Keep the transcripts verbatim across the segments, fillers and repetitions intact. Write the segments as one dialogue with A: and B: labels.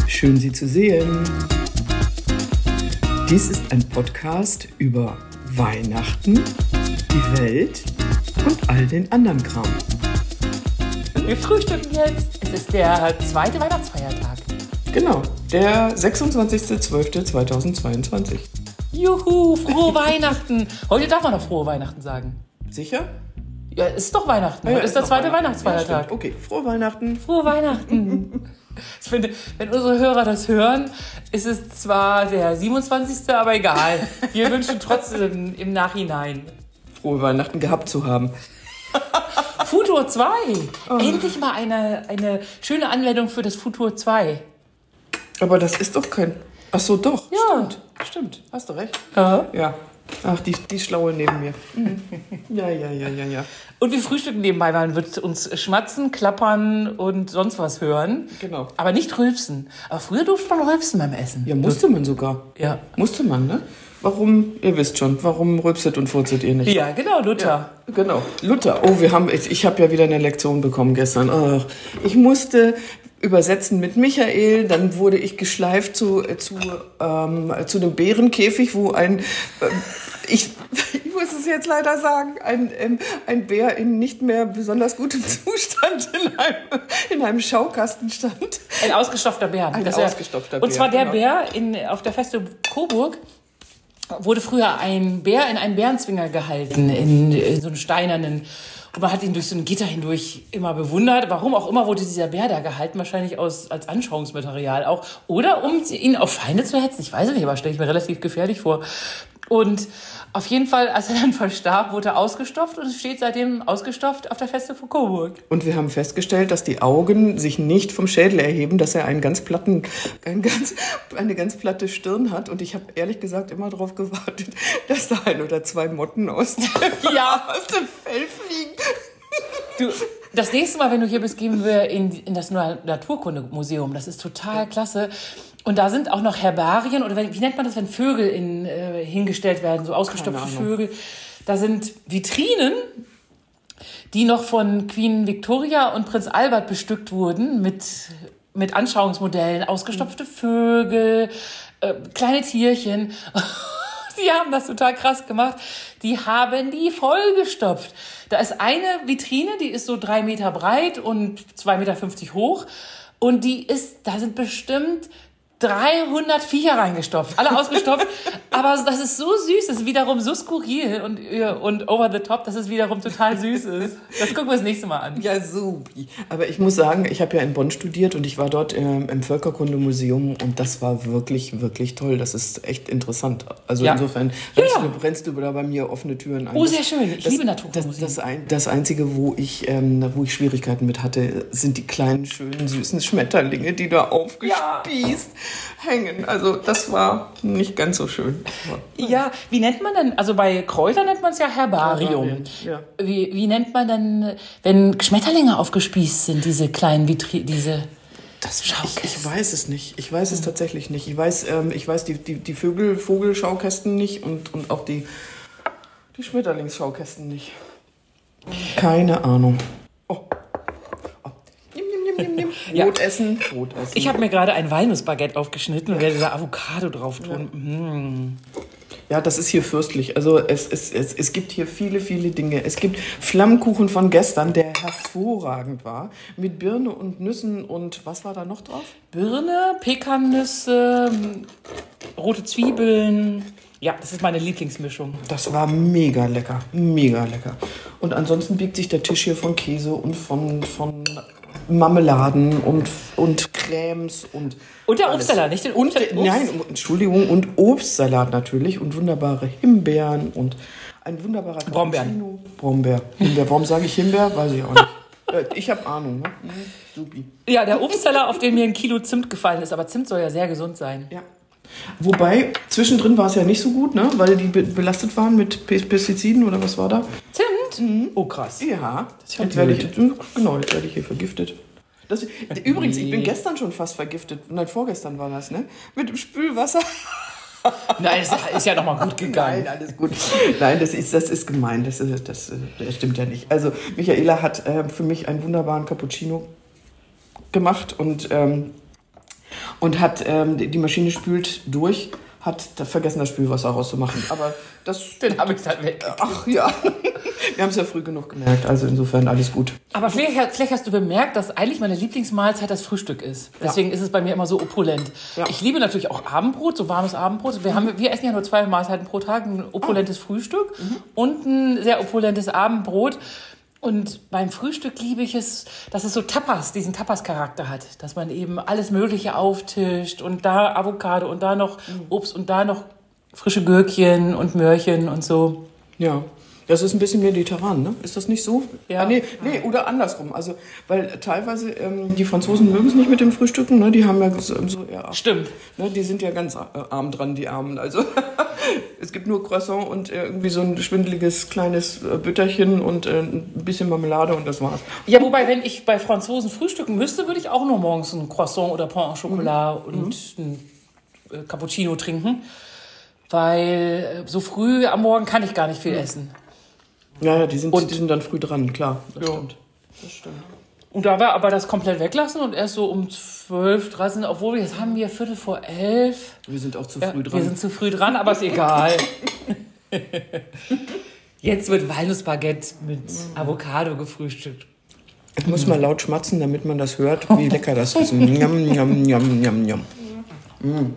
A: Schön, Sie zu sehen. Dies ist ein Podcast über Weihnachten, die Welt und all den anderen Kram.
B: Wir frühstücken jetzt. Es ist der zweite Weihnachtsfeiertag.
A: Genau, der sechsundzwanzigster zwölfter zweitausendzweiundzwanzig.
B: Juhu, frohe Weihnachten. Heute darf man noch frohe Weihnachten sagen.
A: Sicher?
B: Ja, ist doch Weihnachten.
A: Ja,
B: Heute
A: ja,
B: ist der
A: doch
B: zweite
A: Weihnachten.
B: Weihnachtsfeiertag.
A: Ja, okay, frohe Weihnachten.
B: Frohe Weihnachten. Ich finde, wenn unsere Hörer das hören, ist es zwar der siebenundzwanzigste, aber egal. Wir wünschen trotzdem im Nachhinein.
A: Frohe Weihnachten gehabt zu haben.
B: Futur zwei.
A: Oh.
B: Endlich mal eine, eine schöne Anwendung für das Futur zwei.
A: Aber das ist doch kein... Ach so, doch.
B: Ja.
A: Stimmt, stimmt. Hast du recht.
B: Ja.
A: Ja. Ach, die, die Schlaue neben mir. Ja, ja, ja, ja, ja.
B: Und wir frühstücken nebenbei, man wird uns schmatzen, klappern und sonst was hören.
A: Genau.
B: Aber nicht rülpsen. Aber früher durfte man rülpsen beim Essen.
A: Ja, musste man sogar.
B: Ja.
A: Musste man, ne? Warum, ihr wisst schon, warum rülpset und furzet ihr nicht?
B: Ja, genau, Luther.
A: Ja, genau, Luther. Oh, wir haben, ich, ich habe ja wieder eine Lektion bekommen gestern. Ach, ich musste übersetzen mit Michael, dann wurde ich geschleift zu, äh, zu, ähm, zu einem Bärenkäfig, wo ein, äh, ich, ich muss es jetzt leider sagen, ein, ähm, ein Bär in nicht mehr besonders gutem Zustand in einem, in einem Schaukasten stand.
B: Ein ausgestopfter Bär.
A: Ein
B: Das
A: ausgestopfter
B: er, Und
A: Bär,
B: zwar der
A: genau.
B: Bär in, auf der Feste Coburg wurde früher ein Bär in einen Bärenzwinger gehalten, in, in so einem steinernen. Und man hat ihn durch so ein Gitter hindurch immer bewundert. Warum auch immer wurde dieser Bär da gehalten, wahrscheinlich aus, als Anschauungsmaterial auch. Oder um ihn auf Feinde zu hetzen. Ich weiß es nicht, aber stelle ich mir relativ gefährlich vor. Und auf jeden Fall, als er dann verstarb, wurde er ausgestopft und es steht seitdem ausgestopft auf der Feste von Coburg.
A: Und wir haben festgestellt, dass die Augen sich nicht vom Schädel erheben, dass er einen ganz platten, einen ganz, eine ganz platte Stirn hat. Und ich habe ehrlich gesagt immer darauf gewartet, dass da ein oder zwei Motten aus dem,
B: Ja.
A: aus dem Fell fliegen.
B: Du, das nächste Mal, wenn du hier bist, gehen wir in, in das Naturkundemuseum. Das ist total klasse. Und da sind auch noch Herbarien, oder wenn, wie nennt man das, wenn Vögel in, äh, hingestellt werden, so ausgestopfte Vögel. Da sind Vitrinen, die noch von Queen Victoria und Prinz Albert bestückt wurden mit, mit Anschauungsmodellen, ausgestopfte Vögel, äh, kleine Tierchen. Die haben das total krass gemacht. Die haben die vollgestopft. Da ist eine Vitrine, die ist so drei Meter breit und zwei Meter fünfzig hoch. Und die ist, da sind bestimmt dreihundert Viecher reingestopft, alle ausgestopft, aber das ist so süß, das ist wiederum so skurril und, und over the top, dass es wiederum total süß ist. Das gucken wir das nächste Mal an.
A: Ja, supi. Aber ich muss sagen, ich habe ja in Bonn studiert und ich war dort ähm, im Völkerkundemuseum und das war wirklich, wirklich toll. Das ist echt interessant. Also
B: Ja.
A: insofern
B: Ja,
A: rennst,
B: ja.
A: Du, rennst du da bei mir offene Türen ein.
B: Oh, sehr schön. Ich
A: das,
B: liebe
A: das,
B: Naturkundemuseen.
A: das, ein, das Einzige, wo ich, ähm, wo ich Schwierigkeiten mit hatte, sind die kleinen, schönen, süßen Schmetterlinge, die da aufgespießt hängen. Also das war nicht ganz so schön.
B: Ja, wie nennt man denn, also bei Kräutern nennt man es ja Herbarium.
A: Herbarien, ja.
B: Wie, wie nennt man denn, wenn Schmetterlinge aufgespießt sind, diese kleinen Vitri, diese...
A: Das, ich, ich weiß es nicht. Ich weiß es tatsächlich nicht. Ich weiß, ähm, ich weiß die, die, die Vögel, Vogelschaukästen nicht und, und auch die, die Schmetterlingsschaukästen nicht. Keine Ahnung. Oh. Oh. Nimm, nimm, nimm, nimm, nimm.
B: Ja.
A: Brot essen, Brot essen.
B: Ich habe mir gerade ein Walnussbaguette aufgeschnitten und werde da Avocado drauf tun. Ja. Mm.
A: Ja, das ist hier fürstlich. Also es, es, es, es gibt hier viele, viele Dinge. Es gibt Flammkuchen von gestern, der hervorragend war. Mit Birne und Nüssen und was war da noch drauf?
B: Birne, Pekannüsse, rote Zwiebeln. Ja, das ist meine Lieblingsmischung.
A: Das war mega lecker, mega lecker. Und ansonsten biegt sich der Tisch hier von Käse und von, von Marmeladen und, und Cremes und
B: Und der
A: alles.
B: Obstsalat, nicht den
A: und,
B: Obst-
A: Nein, Entschuldigung, und Obstsalat natürlich und wunderbare Himbeeren und ein wunderbarer
B: Brombeeren.
A: Cappuccino. Brombeer. Himbeer. Warum sage ich Himbeer? Weiß ich auch nicht. Äh, ich habe Ahnung. Ne? Mhm, supi.
B: Ja, der Obstsalat, auf den mir ein Kilo Zimt gefallen ist. Aber Zimt soll ja sehr gesund sein.
A: Ja. Wobei, zwischendrin war es ja nicht so gut, ne? Weil die be- belastet waren mit Pe- Pestiziden oder was war da?
B: Zimt? Mhm. Oh, krass.
A: Ja,
B: ist ja
A: jetzt werde ich,
B: blöd.
A: genau, jetzt werde ich hier vergiftet. Das, übrigens, ich bin gestern schon fast vergiftet. Nein, vorgestern war das, ne? Mit dem Spülwasser.
B: Nein, es ist ja noch mal gut gegangen.
A: Nein, alles gut. Nein, das ist, das ist gemein. Das, ist- das, das stimmt ja nicht. Also, Michaela hat äh, für mich einen wunderbaren Cappuccino gemacht und ähm, und hat ähm, die Maschine spült durch, hat vergessen, das Spülwasser rauszumachen. Aber das...
B: Den habe ich dann weg.
A: Ach ja, wir haben es ja früh genug gemerkt, also insofern alles gut.
B: Aber vielleicht, vielleicht hast du bemerkt, dass eigentlich meine Lieblingsmahlzeit das Frühstück ist. Deswegen ja. ist es bei mir immer so opulent. Ja. Ich liebe natürlich auch Abendbrot, so warmes Abendbrot. Wir, haben, wir essen ja nur zwei Mahlzeiten pro Tag, ein opulentes oh. Frühstück mhm. und ein sehr opulentes Abendbrot. Und beim Frühstück liebe ich es, dass es so Tapas, diesen Tapas-Charakter hat. Dass man eben alles Mögliche auftischt und da Avocado und da noch Obst und da noch frische Gürkchen und Möhrchen und so.
A: Ja, das ist ein bisschen mediterran, ne? Ist das nicht so?
B: Ja.
A: Ah, nee, nee, oder andersrum. Also, weil teilweise, ähm, die Franzosen mögen es nicht mit dem Frühstücken, ne? Die haben ja so eher...
B: Stimmt.
A: Ne? Die sind ja ganz äh, arm dran, die Armen. Also, es gibt nur Croissant und äh, irgendwie so ein schwindeliges kleines äh, Bütterchen und äh, ein bisschen Marmelade und das war's.
B: Ja, wobei, wenn ich bei Franzosen frühstücken müsste, würde ich auch nur morgens ein Croissant oder Pain au Chocolat mhm. und ein äh, Cappuccino trinken. Weil äh, so früh am Morgen kann ich gar nicht viel mhm. essen.
A: Ja, ja, die sind, und, die sind dann früh dran, klar. Das
B: ja.
A: stimmt. Das stimmt.
B: Und da war aber das komplett weglassen und erst so um zwölf, dreizehn, obwohl jetzt haben wir Viertel vor elf.
A: Wir sind auch zu
B: ja,
A: früh dran.
B: Wir sind zu früh dran, aber ist egal. Jetzt wird Walnussbaguette mit Avocado gefrühstückt.
A: Ich muss mal laut schmatzen, damit man das hört, wie lecker das ist. Njam, njam, njam, njam, njam. Mm.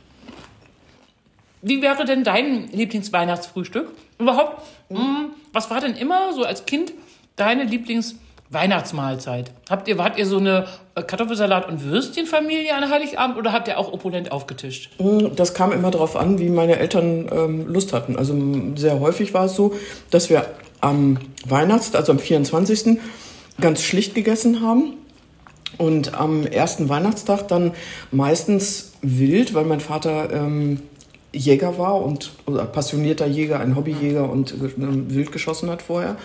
B: Wie wäre denn dein Lieblingsweihnachtsfrühstück? Überhaupt, mhm. mh, was war denn immer so als Kind deine Lieblingsweihnachtsmahlzeit? Habt ihr, wart ihr so eine Kartoffelsalat- und Würstchenfamilie an Heiligabend oder habt ihr auch opulent aufgetischt?
A: Das kam immer darauf an, wie meine Eltern ähm, Lust hatten. Also sehr häufig war es so, dass wir am Weihnachts-, also am vierundzwanzigsten ganz schlicht gegessen haben. Und am ersten Weihnachtstag dann meistens wild, weil mein Vater... Ähm, Jäger war und oder passionierter Jäger, ein Hobbyjäger und äh, wild geschossen hat vorher.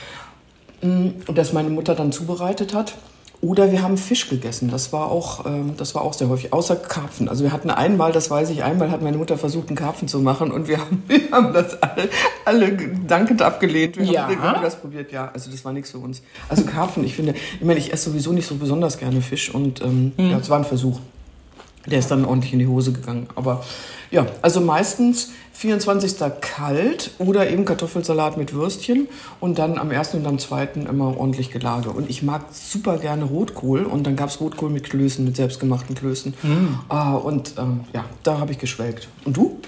A: Und das meine Mutter dann zubereitet hat. Oder wir haben Fisch gegessen. Das war auch, ähm, das war auch sehr häufig. Außer Karpfen. Also wir hatten einmal, das weiß ich, einmal hat meine Mutter versucht, einen Karpfen zu machen und wir haben, wir haben das alle, alle dankend abgelehnt. Wir
B: ja.
A: haben, wir haben das probiert. Ja, also das war nichts für uns. Also Karpfen, ich finde, ich meine, ich esse sowieso nicht so besonders gerne Fisch und ähm, hm. ja, es war ein Versuch. Der ist dann ordentlich in die Hose gegangen. Aber ja, also meistens vierundzwanzigsten kalt oder eben Kartoffelsalat mit Würstchen und dann am ersten und am zweiten immer ordentlich Gelage. Und ich mag super gerne Rotkohl und dann gab es Rotkohl mit Klößen, mit selbstgemachten Klößen. Mm. Ah, und ähm, ja, da habe ich geschwelgt. Und du?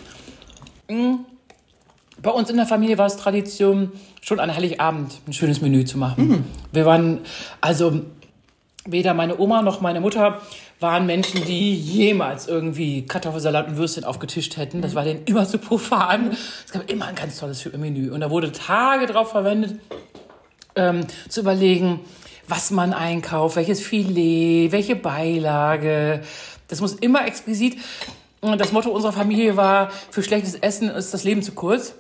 B: Mm. Bei uns in der Familie war es Tradition, schon an Heiligabend ein schönes Menü zu machen. Mm. Wir waren, also weder meine Oma noch meine Mutter waren Menschen, die jemals irgendwie Kartoffelsalat und Würstchen aufgetischt hätten. Das war denen immer so profan. Es gab immer ein ganz tolles Menü. Und da wurde Tage drauf verwendet, ähm, zu überlegen, was man einkauft, welches Filet, welche Beilage. Das muss immer exquisit. Und das Motto unserer Familie war, für schlechtes Essen ist das Leben zu kurz.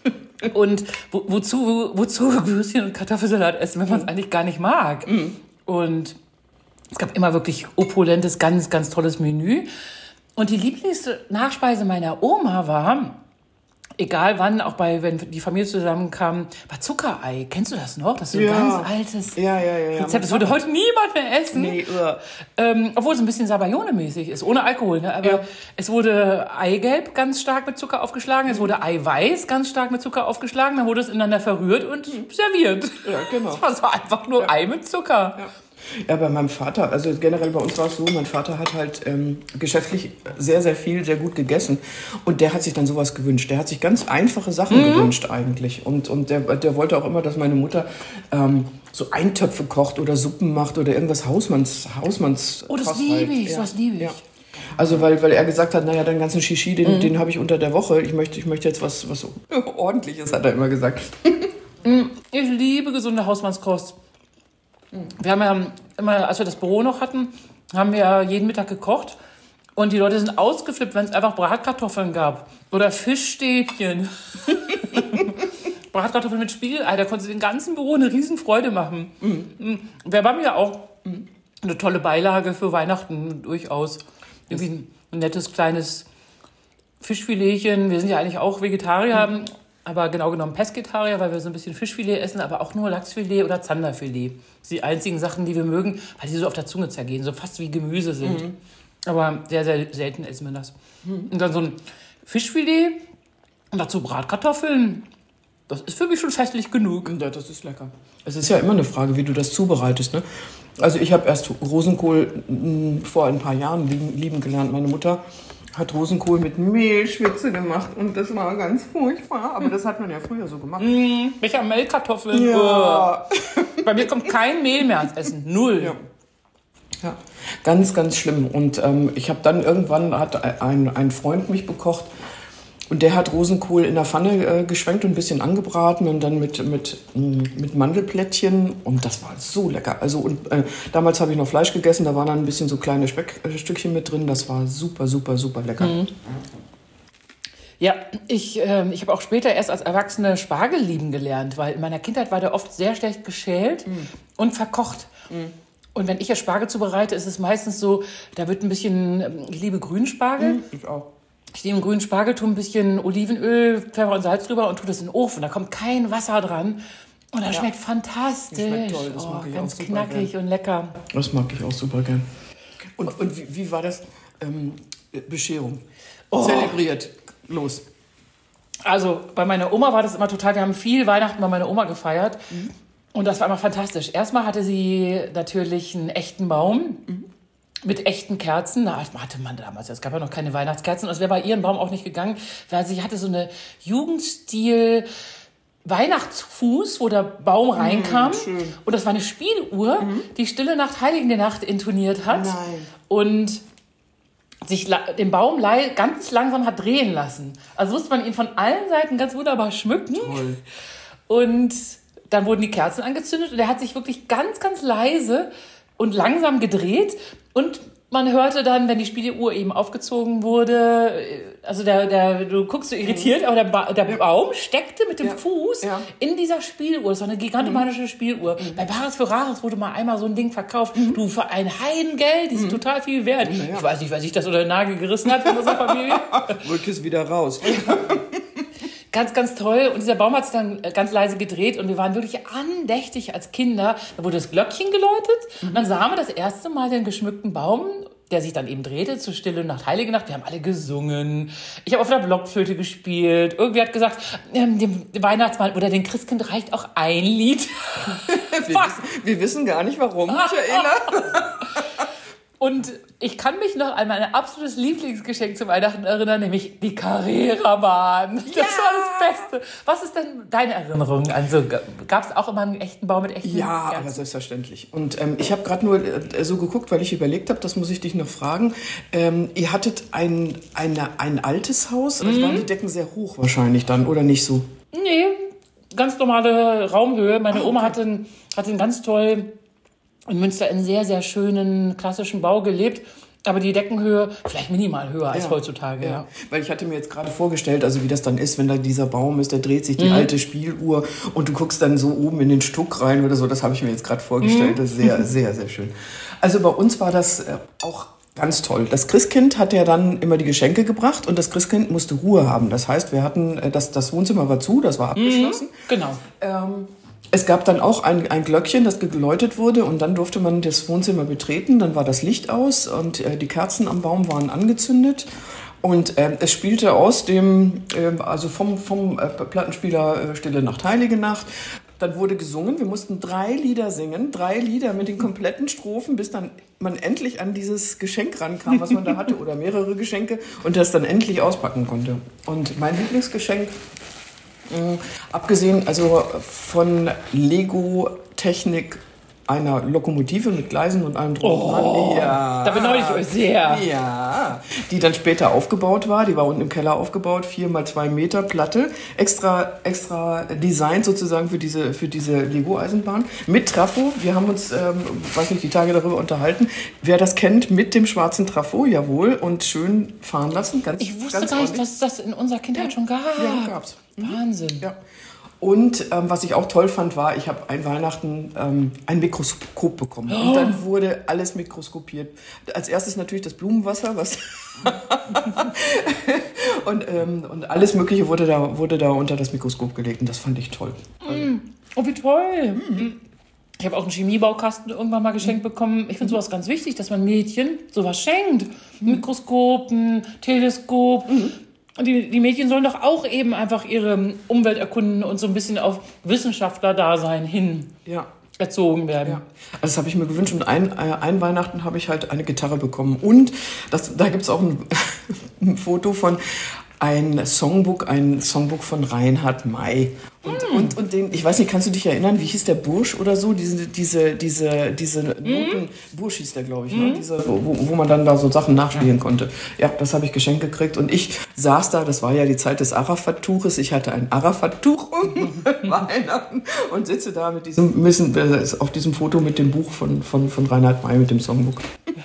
B: Und wo, wozu, wozu Würstchen und Kartoffelsalat essen, wenn man es eigentlich gar nicht mag? Mhm. Und es gab immer wirklich opulentes, ganz, ganz tolles Menü. Und die Lieblingsnachspeise meiner Oma war, egal wann, auch bei, wenn die Familie zusammenkam, war Zuckerei. Kennst du das noch? Das ist so ein
A: ja.
B: ganz altes
A: ja, ja, ja,
B: Rezept. Ja, das würde heute niemand mehr essen.
A: Nee, uh.
B: ähm, obwohl es ein bisschen Sabayone-mäßig ist, ohne Alkohol. Ne? Aber ja. es wurde Eigelb ganz stark mit Zucker aufgeschlagen, es wurde Eiweiß ganz stark mit Zucker aufgeschlagen, dann wurde es ineinander verrührt und serviert.
A: Ja, genau.
B: Das war einfach nur ja. Ei mit Zucker.
A: Ja. Ja, bei meinem Vater, also generell bei uns war es so, mein Vater hat halt ähm, geschäftlich sehr, sehr viel, sehr gut gegessen und der hat sich dann sowas gewünscht. Der hat sich ganz einfache Sachen mhm. gewünscht eigentlich und, und der, der wollte auch immer, dass meine Mutter ähm, so Eintöpfe kocht oder Suppen macht oder irgendwas Hausmanns, Hausmanns.
B: Oh, das liebe ich, ja. das liebe ich. Ja.
A: Also weil, weil er gesagt hat, naja, den ganzen Shishi, den, mhm. den habe ich unter der Woche, ich möchte, ich möchte jetzt was, was so Ordentliches, hat er immer gesagt.
B: Ich liebe gesunde Hausmannskost. Wir haben ja immer, als wir das Büro noch hatten, haben wir jeden Mittag gekocht und die Leute sind ausgeflippt, wenn es einfach Bratkartoffeln gab oder Fischstäbchen. Bratkartoffeln mit Spiegelei, da konnte sie den ganzen Büro eine Riesenfreude machen. Mhm. Wir haben ja auch mhm. eine tolle Beilage für Weihnachten durchaus. Irgendwie ein nettes kleines Fischfiletchen. Wir sind ja eigentlich auch Vegetarier. Mhm. Aber genau genommen Pesketarier, weil wir so ein bisschen Fischfilet essen, aber auch nur Lachsfilet oder Zanderfilet. Das sind die einzigen Sachen, die wir mögen, weil die so auf der Zunge zergehen, so fast wie Gemüse sind. Mhm. Aber sehr, sehr selten essen wir das. Und dann so ein Fischfilet und dazu Bratkartoffeln. Das ist für mich schon festlich genug.
A: Ja, das ist lecker. Es ist ja immer eine Frage, wie du das zubereitest. Ne? Also ich habe erst Rosenkohl mh, vor ein paar Jahren lieben, lieben gelernt. Meine Mutter hat Rosenkohl mit Mehlschwitze gemacht und das war ganz furchtbar. Aber das hat man ja früher so gemacht.
B: Mmh, Bechamelkartoffeln.
A: Ja.
B: Oh. Bei mir kommt kein Mehl mehr ans Essen. Null.
A: Ja. Ja, ganz, ganz schlimm. Und ähm, ich habe dann irgendwann, hat ein, ein Freund mich bekocht und der hat Rosenkohl in der Pfanne äh, geschwenkt und ein bisschen angebraten und dann mit, mit, mit Mandelplättchen und das war so lecker. Also und äh, damals habe ich noch Fleisch gegessen, da waren dann ein bisschen so kleine Speckstückchen mit drin. Das war super, super, super lecker. Mhm.
B: Ja, ich, äh, ich habe auch später erst als Erwachsene Spargel lieben gelernt, weil in meiner Kindheit war der oft sehr schlecht geschält mhm. und verkocht. Mhm. Und wenn ich ja Spargel zubereite, ist es meistens so, da wird ein bisschen, ich liebe Grünspargel.
A: Mhm, ich auch.
B: Ich nehme grünen Spargel, tue ein bisschen Olivenöl, Pfeffer und Salz drüber und tue das in den Ofen. Da kommt kein Wasser dran. Und das ja. schmeckt fantastisch. Das schmeckt toll, das mag oh, ich ganz auch super knackig gern. Und lecker.
A: Das mag ich auch super gern. Und, und wie, wie war das? Ähm, Bescherung. Oh. Zelebriert. Los.
B: Also bei meiner Oma war das immer total, wir haben viel Weihnachten bei meiner Oma gefeiert. Mhm. Und das war immer fantastisch. Erstmal hatte sie natürlich einen echten Baum mhm. mit echten Kerzen. Da hatte man damals, es gab ja noch keine Weihnachtskerzen. Das wäre bei ihrem Baum auch nicht gegangen, weil sie hatte so eine Jugendstil Weihnachtsfuß, wo der Baum reinkam. Mhm, und das war eine Spieluhr, mhm. die Stille Nacht, Heilige Nacht intoniert hat.
A: Nein.
B: Und sich den Baum ganz langsam hat drehen lassen. Also musste man ihn von allen Seiten ganz wunderbar schmücken.
A: Toll.
B: Und dann wurden die Kerzen angezündet und er hat sich wirklich ganz, ganz leise und langsam gedreht. Und man hörte dann, wenn die Spieluhr eben aufgezogen wurde, also der, der, du guckst so irritiert, aber der, ba- der Baum steckte mit dem ja. Fuß ja. in dieser Spieluhr. Das war eine gigantomanische mhm. Spieluhr. Mhm. Bei Bares für Rares wurde mal einmal so ein Ding verkauft. Mhm. Du, für ein Heidengeld, die ist mhm. total viel wert. Ja, ja. Ich weiß nicht, wer sich das unter den Nagel gerissen hat in unserer Familie.
A: Rück es wieder raus.
B: Ganz, ganz toll. Und dieser Baum hat sich dann ganz leise gedreht und wir waren wirklich andächtig als Kinder. Da wurde das Glöckchen geläutet mhm. und dann sahen wir das erste Mal den geschmückten Baum, der sich dann eben drehte zur Stille Nacht, Heilige Nacht. Wir haben alle gesungen. Ich habe auf der Blockflöte gespielt. Irgendwer hat gesagt, ähm, dem Weihnachtsmann oder dem Christkind reicht auch ein Lied.
A: wir, wissen, wir wissen gar nicht, warum, Michaela.
B: Und ich kann mich noch an mein absolutes Lieblingsgeschenk zu Weihnachten erinnern, nämlich die Carrera-Bahn. Das ja. war das Beste. Was ist denn deine Erinnerung? Also gab es auch immer einen echten Baum mit echten
A: Ja, Kerzen? Aber selbstverständlich. Und ähm, ich habe gerade nur äh, so geguckt, weil ich überlegt habe, das muss ich dich noch fragen. Ähm, ihr hattet ein, eine, ein altes Haus, also mhm. waren die Decken sehr hoch wahrscheinlich dann, oder nicht so?
B: Nee, ganz normale Raumhöhe. Meine ah, okay. Oma hatte einen, hatte einen ganz toll in Münster in sehr, sehr schönen klassischen Bau gelebt. Aber die Deckenhöhe vielleicht minimal höher als ja, heutzutage. Ja.
A: Ja. Weil ich hatte mir jetzt gerade vorgestellt, also wie das dann ist, wenn da dieser Baum ist, der dreht sich die mhm. alte Spieluhr und du guckst dann so oben in den Stuck rein oder so. Das habe ich mir jetzt gerade vorgestellt. Mhm. Das ist sehr, sehr, sehr schön. Also bei uns war das äh, auch ganz toll. Das Christkind hat ja dann immer die Geschenke gebracht und das Christkind musste Ruhe haben. Das heißt, wir hatten, äh, das, das Wohnzimmer war zu, das war abgeschlossen.
B: Mhm. Genau.
A: Ähm, Es gab dann auch ein, ein Glöckchen, das geläutet wurde und dann durfte man das Wohnzimmer betreten. Dann war das Licht aus und äh, die Kerzen am Baum waren angezündet. Und äh, es spielte aus dem, äh, also vom, vom äh, Plattenspieler äh, Stille Nacht, Heilige Nacht. Dann wurde gesungen. Wir mussten drei Lieder singen, drei Lieder mit den kompletten Strophen, bis dann man endlich an dieses Geschenk rankam, was man da hatte, oder mehrere Geschenke und das dann endlich auspacken konnte. Und mein Lieblingsgeschenk, Äh, abgesehen also von Lego-Technik einer Lokomotive mit Gleisen und allem drum und
B: dran. Ja. Da beneide ich euch sehr.
A: Ja, die dann später aufgebaut war. Die war unten im Keller aufgebaut, vier mal zwei Meter Platte. Extra, extra designt sozusagen für diese, für diese Lego-Eisenbahn. Mit Trafo. Wir haben uns, ähm, weiß nicht, die Tage darüber unterhalten. Wer das kennt, mit dem schwarzen Trafo, jawohl. Und schön fahren lassen. Ganz,
B: ich wusste
A: ganz
B: gar nicht, dass es das in unserer Kindheit ja. schon gab.
A: Ja, gab's.
B: Wahnsinn.
A: Ja. Und ähm, was ich auch toll fand, war, ich habe ein Weihnachten ähm, ein Mikroskop bekommen. Oh. Und dann wurde alles mikroskopiert. Als erstes natürlich das Blumenwasser, was und, ähm, und alles Mögliche wurde da, wurde da unter das Mikroskop gelegt. Und das fand ich toll.
B: Mm. Oh, wie toll. Mm. Ich habe auch einen Chemiebaukasten irgendwann mal geschenkt bekommen. Ich finde sowas ganz wichtig, dass man Mädchen sowas schenkt. Mikroskop, ein Teleskop. Mhm. Die, die Mädchen sollen doch auch eben einfach ihre Umwelt erkunden und so ein bisschen auf Wissenschaftler-Dasein hin
A: ja.
B: erzogen werden.
A: Ja. Also das habe ich mir gewünscht. Und ein, ein Weihnachten habe ich halt eine Gitarre bekommen. Und das, da gibt es auch ein, ein Foto von ein Songbook, ein Songbook von Reinhard May. Und, mm. und, und den, ich weiß nicht, kannst du dich erinnern, wie hieß der Bursch oder so? Diese, diese, diese, diese Noten, mm. Bursch hieß der, glaube ich, mm. ne? Diese, wo, wo man dann da so Sachen nachspielen ja. konnte. Ja, das habe ich geschenkt gekriegt. Und ich saß da, das war ja die Zeit des Arafat-Tuches. Ich hatte ein Arafat-Tuch um Weihnachten und sitze da mit diesem, müssen, auf diesem Foto mit dem Buch von, von, von Reinhard May, mit dem Songbook.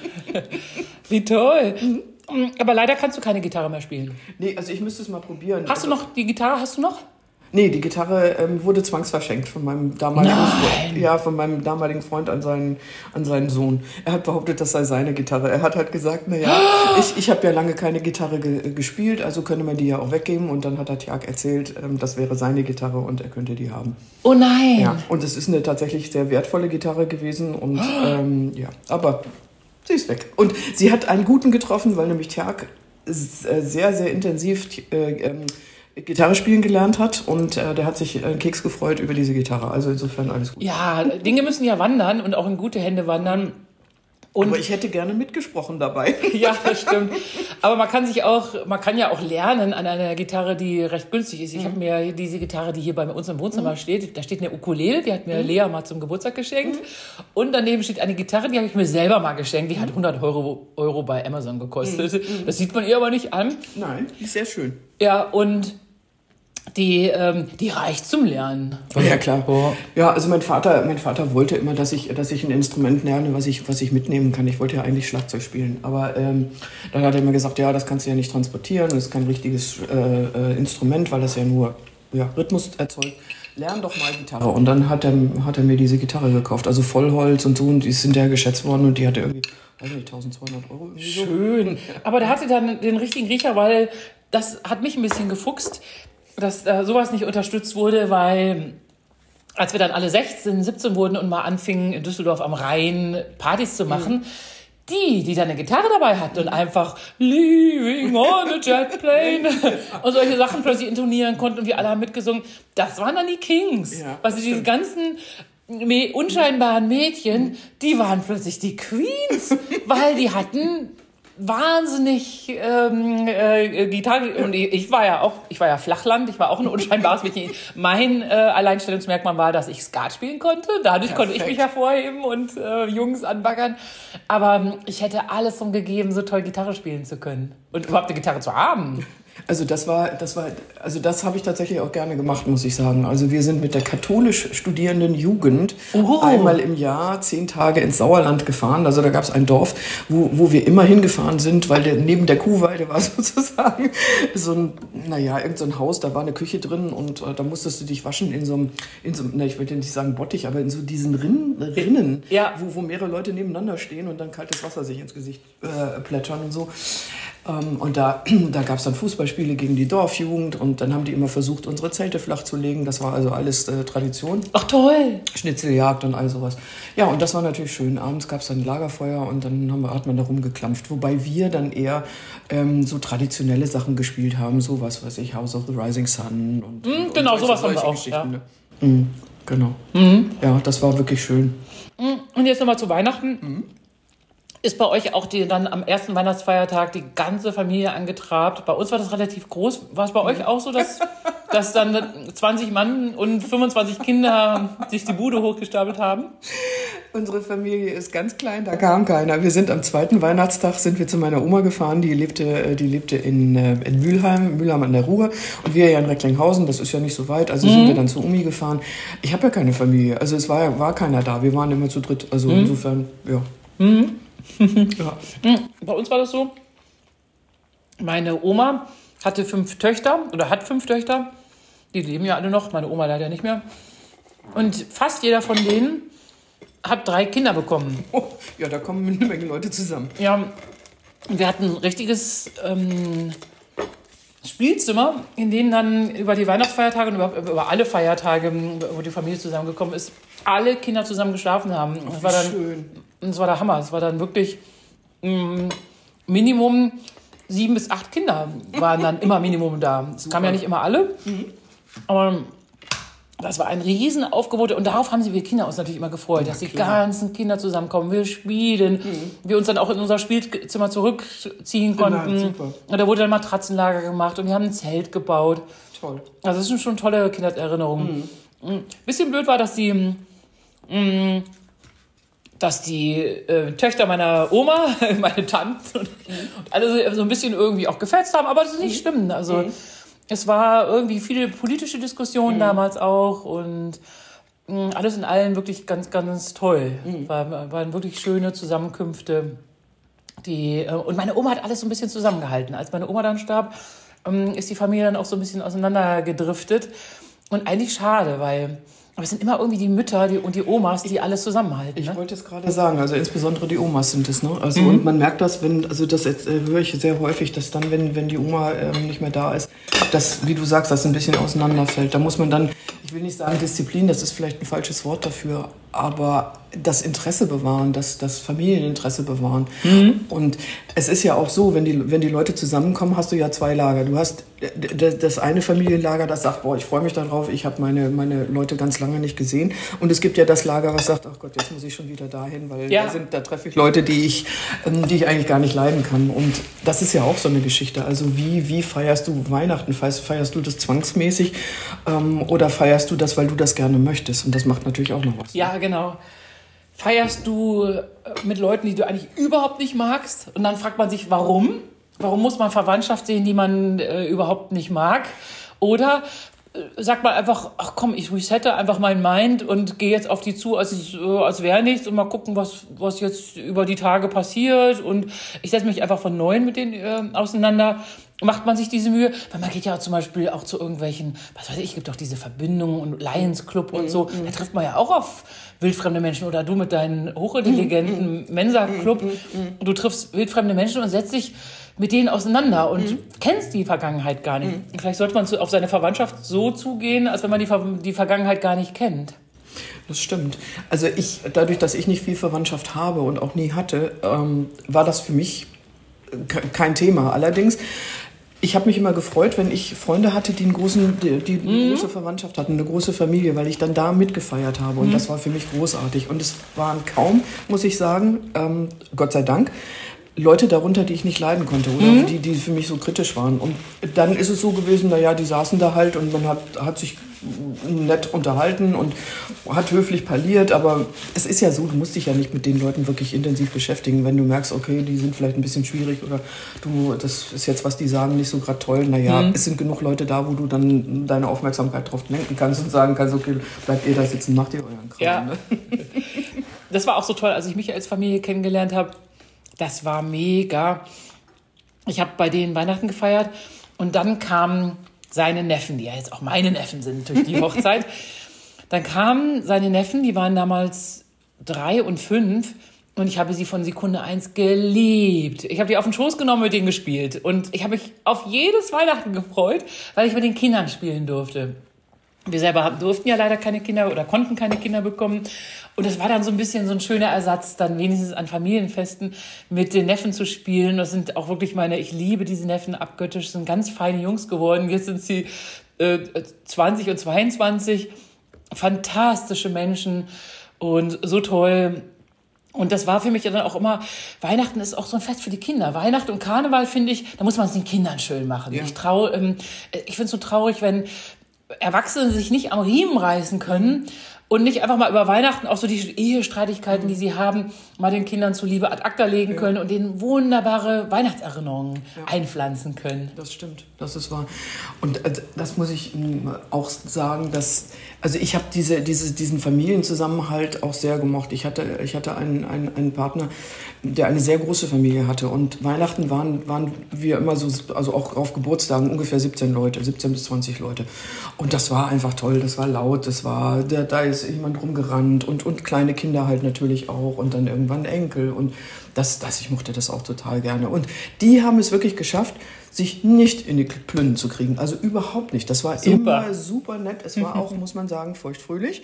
B: Wie toll. Mhm. Aber leider kannst du keine Gitarre mehr spielen.
A: Nee, also ich müsste es mal probieren.
B: Hast du noch, die Gitarre hast du noch?
A: Nee, die Gitarre ähm, wurde zwangsverschenkt von meinem damaligen Freund. Ja, von meinem damaligen Freund an seinen, an seinen Sohn. Er hat behauptet, das sei seine Gitarre. Er hat halt gesagt, naja, ich, ich habe ja lange keine Gitarre ge- gespielt, also könne man die ja auch weggeben. Und dann hat der Tjag erzählt, ähm, das wäre seine Gitarre und er könnte die haben.
B: Oh nein!
A: Ja, und es ist eine tatsächlich sehr wertvolle Gitarre gewesen. Und ähm, ja, aber sie ist weg. Und sie hat einen guten getroffen, weil nämlich Tjag sehr, sehr intensiv äh, ähm, Gitarre spielen gelernt hat und äh, der hat sich einen Keks gefreut über diese Gitarre. Also insofern alles gut.
B: Ja, Dinge müssen ja wandern und auch in gute Hände wandern. Und
A: aber ich hätte gerne mitgesprochen dabei.
B: Ja, das stimmt. Aber man kann sich auch, man kann ja auch lernen an einer Gitarre, die recht günstig ist. Ich mhm. habe mir diese Gitarre, die hier bei uns im Wohnzimmer mhm. steht, da steht eine Ukulele, die hat mir mhm. Lea mal zum Geburtstag geschenkt. Mhm. Und daneben steht eine Gitarre, die habe ich mir selber mal geschenkt. Die hat hundert Euro, Euro bei Amazon gekostet. Mhm. Das sieht man ihr aber nicht an.
A: Nein, die ist sehr schön.
B: Ja, und Die, ähm, die reicht zum Lernen.
A: Ja, klar. Oh. Ja, also mein Vater, mein Vater wollte immer, dass ich, dass ich ein Instrument lerne, was ich, was ich mitnehmen kann. Ich wollte ja eigentlich Schlagzeug spielen. Aber ähm, dann hat er mir gesagt, ja, das kannst du ja nicht transportieren. Das ist kein richtiges äh, äh, Instrument, weil das ja nur ja, Rhythmus erzeugt. Lern doch mal Gitarre. Und dann hat er, hat er mir diese Gitarre gekauft. Also Vollholz und so. Und die sind ja geschätzt worden. Und die hatte irgendwie, weiß nicht, eintausendzweihundert Euro. Irgendwie so.
B: Schön. Aber der hatte dann den richtigen Riecher, weil das hat mich ein bisschen gefuchst, dass äh, sowas nicht unterstützt wurde, weil als wir dann alle sechzehn, siebzehn wurden und mal anfingen, in Düsseldorf am Rhein Partys zu machen, mhm. die, die dann eine Gitarre dabei hatte und einfach Leaving on a Jet Plane und solche Sachen plötzlich intonieren konnten und wir alle haben mitgesungen, das waren dann die Kings. Ja, also diese ganzen me- unscheinbaren Mädchen, die waren plötzlich die Queens, weil die hatten wahnsinnig ähm, äh, Gitarre und ich, ich war ja auch, ich war ja Flachland, ich war auch ein unscheinbares Mädchen. Mein äh, Alleinstellungsmerkmal war, dass ich Skat spielen konnte. Dadurch Perfekt. Konnte ich mich hervorheben und äh, Jungs anbaggern. Aber ähm, ich hätte alles drum gegeben, so toll Gitarre spielen zu können und überhaupt eine Gitarre zu haben.
A: Also das war, das war, also das habe ich tatsächlich auch gerne gemacht, muss ich sagen. Also wir sind mit der katholisch studierenden Jugend oh. einmal im Jahr zehn Tage ins Sauerland gefahren. Also da gab es ein Dorf, wo, wo wir immer hingefahren sind, weil der, neben der Kuhweide war sozusagen so ein, naja, irgend so ein Haus, da war eine Küche drin und äh, da musstest du dich waschen in so einem, in so einem, na, ich würde nicht sagen Bottich, aber in so diesen Rinnen, Rinnen
B: ja.
A: wo, wo mehrere Leute nebeneinander stehen und dann kaltes Wasser sich ins Gesicht äh, plätschern und so. Um, und da, da gab es dann Fußballspiele gegen die Dorfjugend und dann haben die immer versucht, unsere Zelte flach zu legen. Das war also alles äh, Tradition.
B: Ach toll!
A: Schnitzeljagd und all sowas. Ja, und das war natürlich schön. Abends gab es dann Lagerfeuer und dann haben wir, hat man da rumgeklampft. Wobei wir dann eher ähm, so traditionelle Sachen gespielt haben. So was weiß ich, House of the Rising Sun. Und,
B: mm,
A: und
B: genau,
A: und
B: sowas haben wir auch. Ja.
A: Ne? Mm, genau.
B: Mhm.
A: Ja, das war wirklich schön.
B: Und jetzt nochmal zu Weihnachten.
A: Mhm.
B: Ist bei euch auch die dann am ersten Weihnachtsfeiertag die ganze Familie angetrabt? Bei uns war das relativ groß. War es bei euch auch so, dass, dass dann zwanzig Mann und fünfundzwanzig Kinder sich die Bude hochgestapelt haben?
A: Unsere Familie ist ganz klein, da kam keiner. Wir sind am zweiten Weihnachtstag sind wir zu meiner Oma gefahren, die lebte, die lebte in, in Mülheim, Mülheim an der Ruhr und wir ja in Recklinghausen, das ist ja nicht so weit, also mhm. sind wir dann zu Omi gefahren. Ich habe ja keine Familie, also es war, war keiner da, wir waren immer zu dritt, also mhm. insofern, ja.
B: Mhm.
A: ja.
B: Bei uns war das so, meine Oma hatte fünf Töchter oder hat fünf Töchter, die leben ja alle noch, meine Oma leider nicht mehr. Und fast jeder von denen hat drei Kinder bekommen.
A: Oh, ja, da kommen eine Menge Leute zusammen.
B: Ja, und wir hatten ein richtiges ähm, Spielzimmer, in denen dann über die Weihnachtsfeiertage und über, über alle Feiertage, wo die Familie zusammengekommen ist, alle Kinder zusammen geschlafen haben.
A: Ach,
B: das war dann,
A: schön.
B: Das war der Hammer. Es war dann wirklich mh, Minimum sieben bis acht Kinder waren dann immer Minimum da. Es kamen ja nicht immer alle, mhm. aber das war ein Riesenaufgebot und darauf haben sich wir Kinder uns natürlich immer gefreut, ja, dass die klar. ganzen Kinder zusammenkommen, wir spielen, mhm. wir uns dann auch in unser Spielzimmer zurückziehen konnten. Ja, super. Und da wurde dann Matratzenlager gemacht und wir haben ein Zelt gebaut. Toll. Also das sind schon tolle Kindheitserinnerungen. Mhm. Ein bisschen blöd war, dass die, mh, dass die äh, Töchter meiner Oma, meine Tante und, mhm. und alle so ein bisschen irgendwie auch gefetzt haben, aber das ist nicht mhm. schlimm. Also mhm. es war irgendwie viele politische Diskussionen mhm. damals auch und mh, alles in allem wirklich ganz, ganz toll. Mhm. War, waren wirklich schöne Zusammenkünfte. Die, äh, und meine Oma hat alles so ein bisschen zusammengehalten. Als meine Oma dann starb, ähm, ist die Familie dann auch so ein bisschen auseinandergedriftet. Und eigentlich schade, weil aber es sind immer irgendwie die Mütter die, und die Omas, die alles zusammenhalten.
A: Ich
B: ne?
A: wollte es gerade sagen, also insbesondere die Omas sind es, ne? Also mhm. und man merkt das, wenn, also das jetzt, äh, höre ich sehr häufig, dass dann, wenn, wenn die Oma ähm, nicht mehr da ist, dass, wie du sagst, das ein bisschen auseinanderfällt. Da muss man dann, ich will nicht sagen Disziplin, das ist vielleicht ein falsches Wort dafür, aber das Interesse bewahren, das, das Familieninteresse bewahren. Mhm. Und es ist ja auch so, wenn die, wenn die Leute zusammenkommen, hast du ja zwei Lager. Du hast das eine Familienlager, das sagt, boah, ich freue mich darauf, ich habe meine, meine Leute ganz lange nicht gesehen. Und es gibt ja das Lager, was sagt, ach Gott, jetzt muss ich schon wieder dahin, weil ja. da, sind, da treffe ich Leute, die ich, die ich eigentlich gar nicht leiden kann. Und das ist ja auch so eine Geschichte. Also wie, wie feierst du Weihnachten? Feierst, feierst du das zwangsmäßig ähm, oder feierst du das, weil du das gerne möchtest? Und das macht natürlich auch noch was.
B: Ja, genau. Feierst du mit Leuten, die du eigentlich überhaupt nicht magst? Und dann fragt man sich, warum? Warum muss man Verwandtschaft sehen, die man äh, überhaupt nicht mag? Oder äh, sagt man einfach, ach komm, ich resette einfach mein Mind und gehe jetzt auf die zu, als, äh, als wäre nichts und mal gucken, was, was jetzt über die Tage passiert. Und ich setze mich einfach von Neuem mit denen äh, auseinander. Macht man sich diese Mühe? Weil man geht ja zum Beispiel auch zu irgendwelchen, was weiß ich, gibt doch diese Verbindungen und Lions Club und so. Da trifft man ja auch auf wildfremde Menschen oder du mit deinen hochintelligenten Mensa-Club. Du triffst wildfremde Menschen und setzt dich mit denen auseinander und mhm. kennst die Vergangenheit gar nicht. Mhm. Vielleicht sollte man zu, auf seine Verwandtschaft so zugehen, als wenn man die, die Vergangenheit gar nicht kennt.
A: Das stimmt. Also ich, dadurch, dass ich nicht viel Verwandtschaft habe und auch nie hatte, ähm, war das für mich kein Thema. Allerdings, ich habe mich immer gefreut, wenn ich Freunde hatte, die, einen großen, die, die eine mhm. große Verwandtschaft hatten, eine große Familie, weil ich dann da mitgefeiert habe. Und mhm. das war für mich großartig. Und es waren kaum, muss ich sagen, ähm, Gott sei Dank, Leute darunter, die ich nicht leiden konnte oder mhm. die, die für mich so kritisch waren. Und dann ist es so gewesen, naja, die saßen da halt und man hat, hat sich nett unterhalten und hat höflich parliert. Aber es ist ja so, du musst dich ja nicht mit den Leuten wirklich intensiv beschäftigen. Wenn du merkst, okay, die sind vielleicht ein bisschen schwierig oder du, das ist jetzt, was die sagen, nicht so gerade toll. Naja, mhm. es sind genug Leute da, wo du dann deine Aufmerksamkeit drauf lenken kannst und sagen kannst, okay, bleibt ihr da sitzen, macht ihr euren Kram.
B: Ja.
A: Ne?
B: Das war auch so toll, als ich mich als Familie kennengelernt habe. Das war mega. Ich habe bei denen Weihnachten gefeiert und dann kamen seine Neffen, die ja jetzt auch meine Neffen sind durch die Hochzeit. Dann kamen seine Neffen, die waren damals drei und fünf und ich habe sie von Sekunde eins geliebt. Ich habe die auf den Schoß genommen, mit denen gespielt und ich habe mich auf jedes Weihnachten gefreut, weil ich mit den Kindern spielen durfte. Wir selber durften ja leider keine Kinder oder konnten keine Kinder bekommen. Und das war dann so ein bisschen so ein schöner Ersatz, dann wenigstens an Familienfesten mit den Neffen zu spielen. Das sind auch wirklich meine, ich liebe diese Neffen abgöttisch, sind ganz feine Jungs geworden. Jetzt sind sie äh, zwanzig und zweiundzwanzig. Fantastische Menschen und so toll. Und das war für mich dann auch immer, Weihnachten ist auch so ein Fest für die Kinder. Weihnachten und Karneval, finde ich, da muss man es den Kindern schön machen. Ja. Ich trau, ähm, ich finde es so traurig, wenn Erwachsene sich nicht am Riemen reißen können und nicht einfach mal über Weihnachten auch so die Ehestreitigkeiten, die sie haben, mal den Kindern zuliebe ad acta legen ja. können und denen wunderbare Weihnachtserinnerungen ja. einpflanzen können.
A: Das stimmt, das ist wahr. Und das muss ich auch sagen, dass, also ich habe diese, diese, diesen Familienzusammenhalt auch sehr gemocht. Ich hatte, ich hatte einen, einen, einen Partner, der eine sehr große Familie hatte und Weihnachten waren, waren wir immer so, also auch auf Geburtstagen ungefähr siebzehn Leute, siebzehn bis zwanzig Leute. Und das war einfach toll, das war laut, das war, da, da ist jemand rumgerannt und, und kleine Kinder halt natürlich auch und dann irgendwie irgendwann Enkel. Und das, das, ich mochte das auch total gerne. Und die haben es wirklich geschafft, sich nicht in die Plünnen zu kriegen. Also überhaupt nicht. Das war super. Immer super nett. Es war auch, muss man sagen, feuchtfröhlich.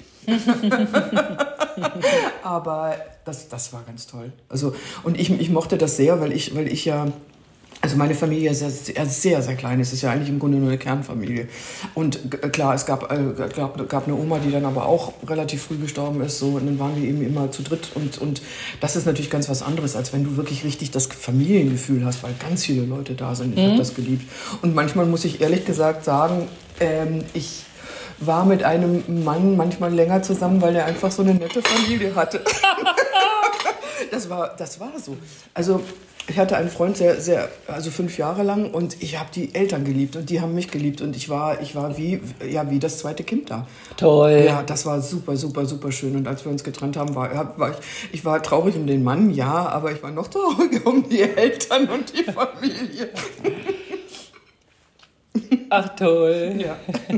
A: Aber das, das war ganz toll. Also, und ich, ich mochte das sehr, weil ich, weil ich ja... Also meine Familie ist sehr, sehr, sehr klein. Es ist ja eigentlich im Grunde nur eine Kernfamilie. Und klar, es gab, äh, gab, gab eine Oma, die dann aber auch relativ früh gestorben ist. So, und dann waren wir eben immer zu dritt. Und, und das ist natürlich ganz was anderes, als wenn du wirklich richtig das Familiengefühl hast, weil ganz viele Leute da sind. Ich mhm. habe das geliebt. Und manchmal muss ich ehrlich gesagt sagen, ähm, ich war mit einem Mann manchmal länger zusammen, weil er einfach so eine nette Familie hatte. das war, das war so. Also ich hatte einen Freund, sehr, sehr, also fünf Jahre lang, und ich habe die Eltern geliebt und die haben mich geliebt und ich war, ich war wie, ja, wie das zweite Kind da.
B: Toll.
A: Ja, das war super, super, super schön. Und als wir uns getrennt haben, war, war ich, ich war traurig um den Mann, ja, aber ich war noch trauriger um die Eltern und die Familie.
B: Ach toll.
A: Ja.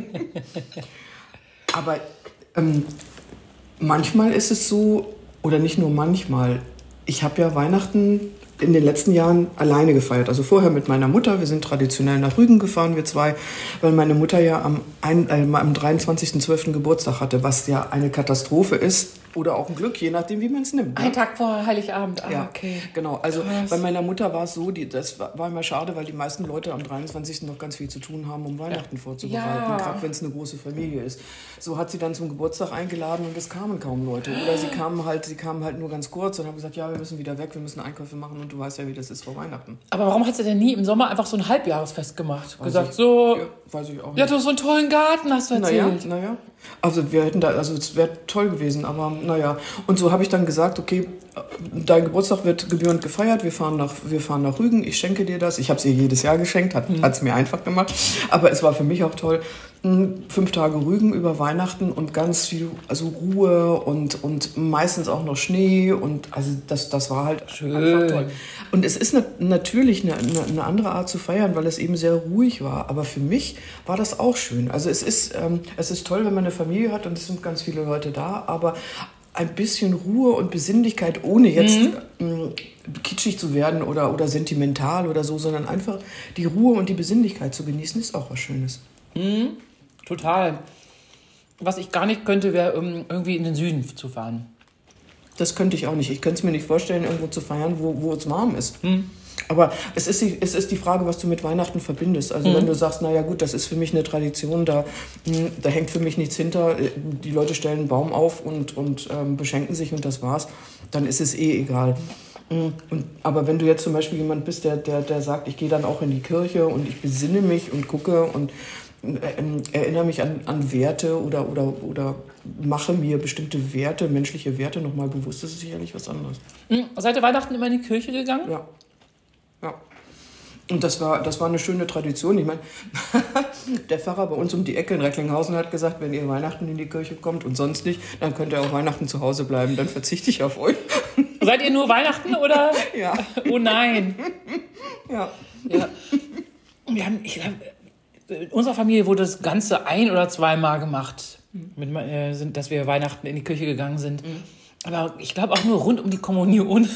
A: Aber ähm, manchmal ist es so, oder nicht nur manchmal, ich habe ja Weihnachten in den letzten Jahren alleine gefeiert. Also vorher mit meiner Mutter. Wir sind traditionell nach Rügen gefahren, wir zwei, weil meine Mutter ja am, ein, äh, am dreiundzwanzigsten zwölften Geburtstag hatte, was ja eine Katastrophe ist oder auch ein Glück, je nachdem, wie man es nimmt. Ne?
B: Ein Tag vor Heiligabend. Ah,
A: ja,
B: okay.
A: Genau. Also
B: Krass.
A: Bei meiner Mutter war es so, die, das war, war immer schade, weil die meisten Leute am dreiundzwanzigsten noch ganz viel zu tun haben, um Weihnachten vorzubereiten,
B: ja.
A: gerade wenn es eine große Familie ist. So hat sie dann zum Geburtstag eingeladen und es kamen kaum Leute. Oder sie kamen halt, sie kamen halt nur ganz kurz und haben gesagt, ja, wir müssen wieder weg, wir müssen Einkäufe machen und du weißt ja, wie das ist vor Weihnachten.
B: Aber warum hat sie denn nie im Sommer einfach so ein Halbjahresfest gemacht?
A: Weiß
B: gesagt,
A: ich,
B: so...
A: Ja, weiß ich auch nicht.
B: Ja, du hast so einen tollen Garten, hast du erzählt.
A: Naja, naja. Also wir hätten da, also es wäre toll gewesen, aber naja. Und so habe ich dann gesagt, okay, dein Geburtstag wird gebührend gefeiert, wir fahren nach, wir fahren nach Rügen, ich schenke dir das. Ich habe es ihr jedes Jahr geschenkt, hat es mir einfach gemacht. Aber es war für mich auch toll. Fünf Tage Rügen über Weihnachten und ganz viel, also Ruhe und, und meistens auch noch Schnee und also das, das war halt
B: schön.
A: Einfach toll. Und es ist na- natürlich eine, eine, eine andere Art zu feiern, weil es eben sehr ruhig war. Aber für mich war das auch schön. Also es ist, ähm, es ist toll, wenn man eine Familie hat und es sind ganz viele Leute da, aber ein bisschen Ruhe und Besinnlichkeit, ohne jetzt mhm. ähm, kitschig zu werden oder, oder sentimental oder so, sondern einfach die Ruhe und die Besinnlichkeit zu genießen, ist auch was Schönes.
B: Mhm. Total. Was ich gar nicht könnte, wäre irgendwie in den Süden zu fahren.
A: Das könnte ich auch nicht. Ich könnte es mir nicht vorstellen, irgendwo zu feiern, wo, wo es warm ist.
B: Hm.
A: Aber es ist, die, es ist die Frage, was du mit Weihnachten verbindest. Also mhm. wenn du sagst, naja gut, das ist für mich eine Tradition, da, da hängt für mich nichts hinter, die Leute stellen einen Baum auf und, und ähm, beschenken sich und das war's, dann ist es eh egal. Und, aber wenn du jetzt zum Beispiel jemand bist, der, der, der sagt, ich gehe dann auch in die Kirche und ich besinne mich und gucke und erinnere mich an, an Werte oder, oder, oder mache mir bestimmte Werte, menschliche Werte nochmal bewusst, das ist sicherlich was anderes.
B: Mhm. Seid ihr Weihnachten immer in die Kirche gegangen?
A: Ja. Ja. Und das war, das war eine schöne Tradition. Ich meine, der Pfarrer bei uns um die Ecke in Recklinghausen hat gesagt, wenn ihr Weihnachten in die Kirche kommt und sonst nicht, dann könnt ihr auch Weihnachten zu Hause bleiben, dann verzichte ich auf euch.
B: Seid ihr nur Weihnachten oder?
A: Ja.
B: Oh nein.
A: Ja.
B: Ja. Wir haben, ich, in unserer Familie wurde das Ganze ein- oder zweimal gemacht, mit, äh, sind, dass wir Weihnachten in die Kirche gegangen sind. Mhm. Aber ich glaube auch nur rund um die Kommunion.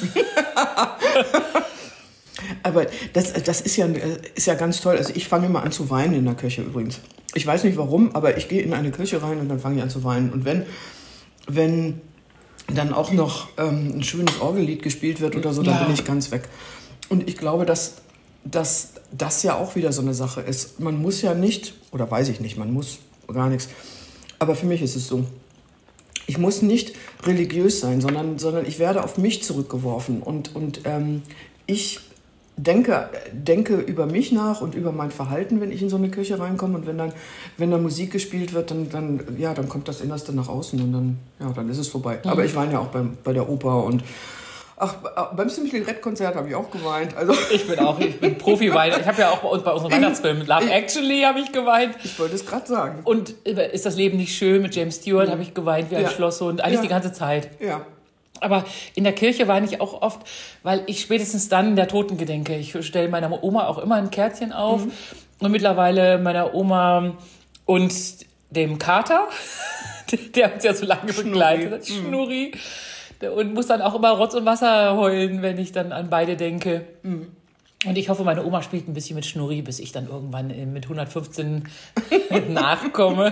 A: Aber das, das ist, ja, ist ja ganz toll. Also ich fange immer an zu weinen in der Kirche übrigens. Ich weiß nicht warum, aber ich gehe in eine Kirche rein und dann fange ich an zu weinen. Und wenn, wenn dann auch noch ähm, ein schönes Orgellied gespielt wird oder so, dann ja. bin ich ganz weg. Und ich glaube, dass, dass das ja auch wieder so eine Sache ist. Man muss ja nicht, oder weiß ich nicht, man muss gar nichts. Aber für mich ist es so. Ich muss nicht religiös sein, sondern, sondern ich werde auf mich zurückgeworfen. Und, und ähm, ich denke, denke über mich nach und über mein Verhalten, wenn ich in so eine Kirche reinkomme. Und wenn dann, wenn da Musik gespielt wird, dann, dann, ja, dann kommt das Innerste nach außen und dann, ja, dann ist es vorbei. Mhm. Aber ich weine ja auch beim, bei der Oper und ach, beim Simply Red Konzert habe ich auch geweint. Also
B: ich bin auch, ich bin Profi-Weiner. Ich habe ja auch bei, uns, bei unserem Weihnachtsfilm Love ich, Actually habe ich geweint.
A: Ich wollte es gerade sagen.
B: Und Ist das Leben nicht schön mit James Stewart, mhm. habe ich geweint wie ein
A: ja.
B: Schlosshund. Eigentlich
A: ja.
B: die ganze Zeit.
A: Ja.
B: Aber in der Kirche weine ich auch oft, weil ich spätestens dann der Toten gedenke. Ich stelle meiner Oma auch immer ein Kerzchen auf. Mhm. Und mittlerweile meiner Oma und dem Kater, der uns ja so lange begleitet hat, Schnurri. und muss dann auch immer Rotz und Wasser heulen, wenn ich dann an beide denke. Mhm. Und ich hoffe, meine Oma spielt ein bisschen mit Schnurri, bis ich dann irgendwann mit hundertfünfzehn nachkomme.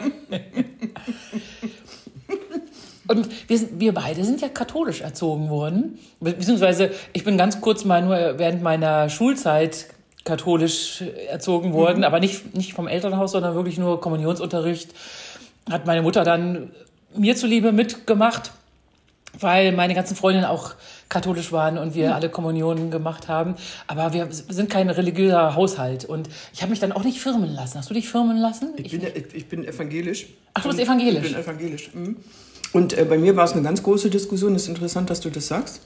B: Und wir, sind, wir beide sind ja katholisch erzogen worden. Beziehungsweise ich bin ganz kurz mal nur während meiner Schulzeit katholisch erzogen worden, mhm. aber nicht, nicht vom Elternhaus, sondern wirklich nur Kommunionsunterricht. Hat meine Mutter dann mir zuliebe mitgemacht, weil meine ganzen Freundinnen auch katholisch waren und wir mhm. alle Kommunionen gemacht haben. Aber wir sind kein religiöser Haushalt. Und ich habe mich dann auch nicht firmen lassen. Hast du dich firmen lassen?
A: Ich, ich bin, ich bin evangelisch.
B: Ach, du bist evangelisch?
A: Ich bin evangelisch. Mhm. Und äh, bei mir war es eine ganz große Diskussion. Es ist interessant, dass du das sagst.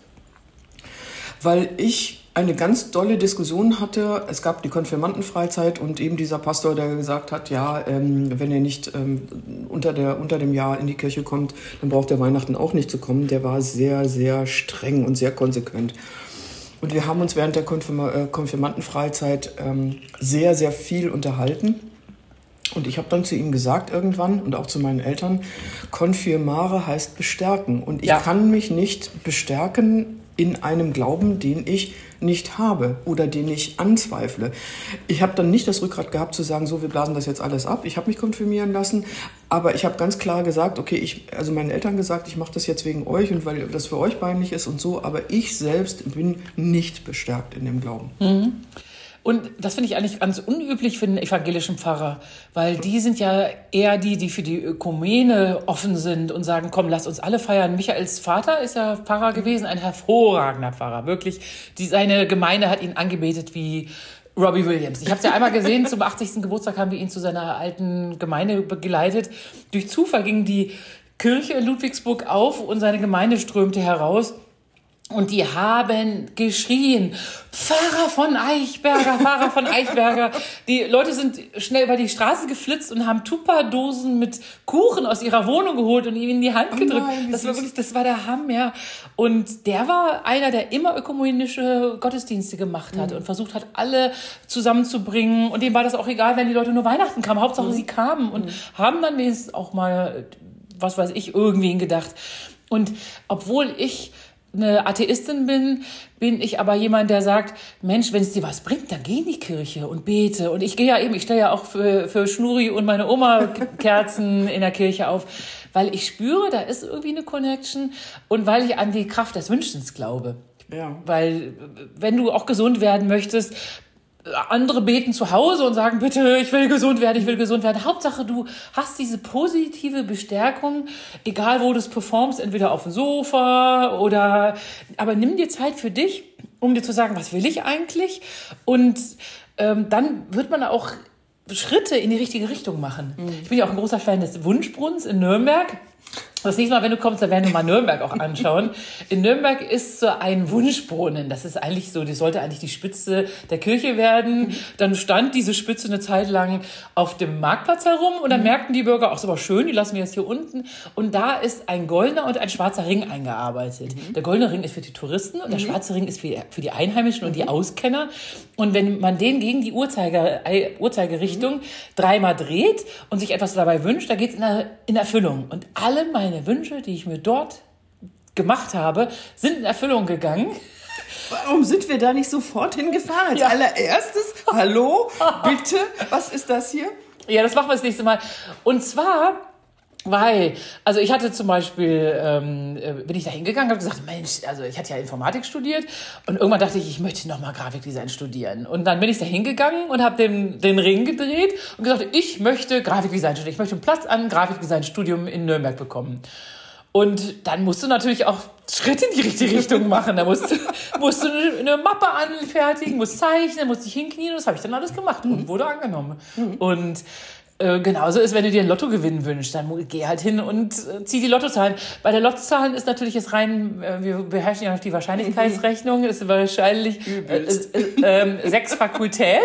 A: Weil ich eine ganz dolle Diskussion hatte. Es gab die Konfirmandenfreizeit und eben dieser Pastor, der gesagt hat, ja, ähm, wenn ihr nicht ähm, unter, der, unter dem Jahr in die Kirche kommt, dann braucht ihr Weihnachten auch nicht zu kommen. Der war sehr, sehr streng und sehr konsequent. Und wir haben uns während der Konfirma- äh, Konfirmandenfreizeit ähm, sehr, sehr viel unterhalten. Und ich habe dann zu ihm gesagt irgendwann und auch zu meinen Eltern, Konfirmare heißt bestärken. Und ich ja. kann mich nicht bestärken in einem Glauben, den ich nicht habe oder den ich anzweifle. Ich habe dann nicht das Rückgrat gehabt zu sagen, so, wir blasen das jetzt alles ab. Ich habe mich konfirmieren lassen, aber ich habe ganz klar gesagt, okay, ich, also meinen Eltern gesagt, ich mache das jetzt wegen euch und weil das für euch peinlich ist und so, aber ich selbst bin nicht bestärkt in dem Glauben.
B: Mhm. Und das finde ich eigentlich ganz unüblich für den evangelischen Pfarrer, weil die sind ja eher die, die für die Ökumene offen sind und sagen, komm, lasst uns alle feiern. Michaels Vater ist ja Pfarrer gewesen, ein hervorragender Pfarrer, wirklich. Die, seine Gemeinde hat ihn angebetet wie Robbie Williams. Ich habe es ja einmal gesehen, zum achtzigsten Geburtstag haben wir ihn zu seiner alten Gemeinde begleitet. Durch Zufall ging die Kirche in Ludwigsburg auf und seine Gemeinde strömte heraus. Und die haben geschrien, Pfarrer von Eichberger, Pfarrer von Eichberger. Die Leute sind schnell über die Straße geflitzt und haben Tupperdosen mit Kuchen aus ihrer Wohnung geholt und ihm in die Hand gedrückt. Oh nein, das war wirklich, das war der Hammer. Ja. Und der war einer, der immer ökumenische Gottesdienste gemacht hat mhm. und versucht hat, alle zusammenzubringen. Und dem war das auch egal, wenn die Leute nur Weihnachten kamen. Hauptsache, mhm. sie kamen und mhm. haben dann wenigstens auch mal, was weiß ich, irgendwen gedacht. Und obwohl ich eine Atheistin bin, bin ich aber jemand, der sagt, Mensch, wenn es dir was bringt, dann geh in die Kirche und bete. Und ich gehe ja eben, ich stelle ja auch für, für Schnurri und meine Oma Kerzen in der Kirche auf, weil ich spüre, da ist irgendwie eine Connection und weil ich an die Kraft des Wünschens glaube. Ja. Weil wenn du auch gesund werden möchtest, andere beten zu Hause und sagen, bitte, ich will gesund werden, ich will gesund werden. Hauptsache, du hast diese positive Bestärkung, egal wo du es performst, entweder auf dem Sofa oder, aber nimm dir Zeit für dich, um dir zu sagen, was will ich eigentlich? Und ähm, dann wird man auch Schritte in die richtige Richtung machen. Mhm. Ich bin ja auch ein großer Fan des Wunschbrunnens in Nürnberg. Das nächste Mal, wenn du kommst, dann werden wir mal Nürnberg auch anschauen. In Nürnberg ist so ein Wunschbrunnen. Das ist eigentlich so, das sollte eigentlich die Spitze der Kirche werden. Dann stand diese Spitze eine Zeit lang auf dem Marktplatz herum und dann merkten die Bürger, ach, ist aber schön, die lassen wir jetzt hier unten. Und da ist ein goldener und ein schwarzer Ring eingearbeitet. Mhm. Der goldene Ring ist für die Touristen und der schwarze Ring ist für, für die Einheimischen und die Auskenner. Und wenn man den gegen die Uhrzeiger, Uhrzeigerrichtung mhm. dreimal dreht und sich etwas dabei wünscht, da geht es in, in Erfüllung. Und alle meine Wünsche, die ich mir dort gemacht habe, sind in Erfüllung gegangen.
A: Warum sind wir da nicht sofort hingefahren? Als ja. allererstes, hallo, bitte, was ist das hier?
B: Ja, das machen wir das nächste Mal. Und zwar, weil, also ich hatte zum Beispiel, ähm, bin ich da hingegangen und habe gesagt, Mensch, also ich hatte ja Informatik studiert und irgendwann dachte ich, ich möchte nochmal Grafikdesign studieren. Und dann bin ich da hingegangen und habe den, den Ring gedreht und gesagt, ich möchte Grafikdesign studieren. Ich möchte einen Platz an Grafikdesign-Studium in Nürnberg bekommen. Und dann musst du natürlich auch Schritte in die richtige Richtung machen. Da musst du, musst du eine Mappe anfertigen, musst zeichnen, musst dich hinknien. Und das habe ich dann alles gemacht und wurde angenommen. Mhm. Und äh, genauso ist, wenn du dir ein Lottogewinn wünschst, dann geh halt hin und äh, zieh die Lottozahlen. Bei der Lottozahlen ist natürlich jetzt rein, äh, wir beherrschen ja noch die Wahrscheinlichkeitsrechnung, ist wahrscheinlich äh, äh, äh, sechs Fakultät.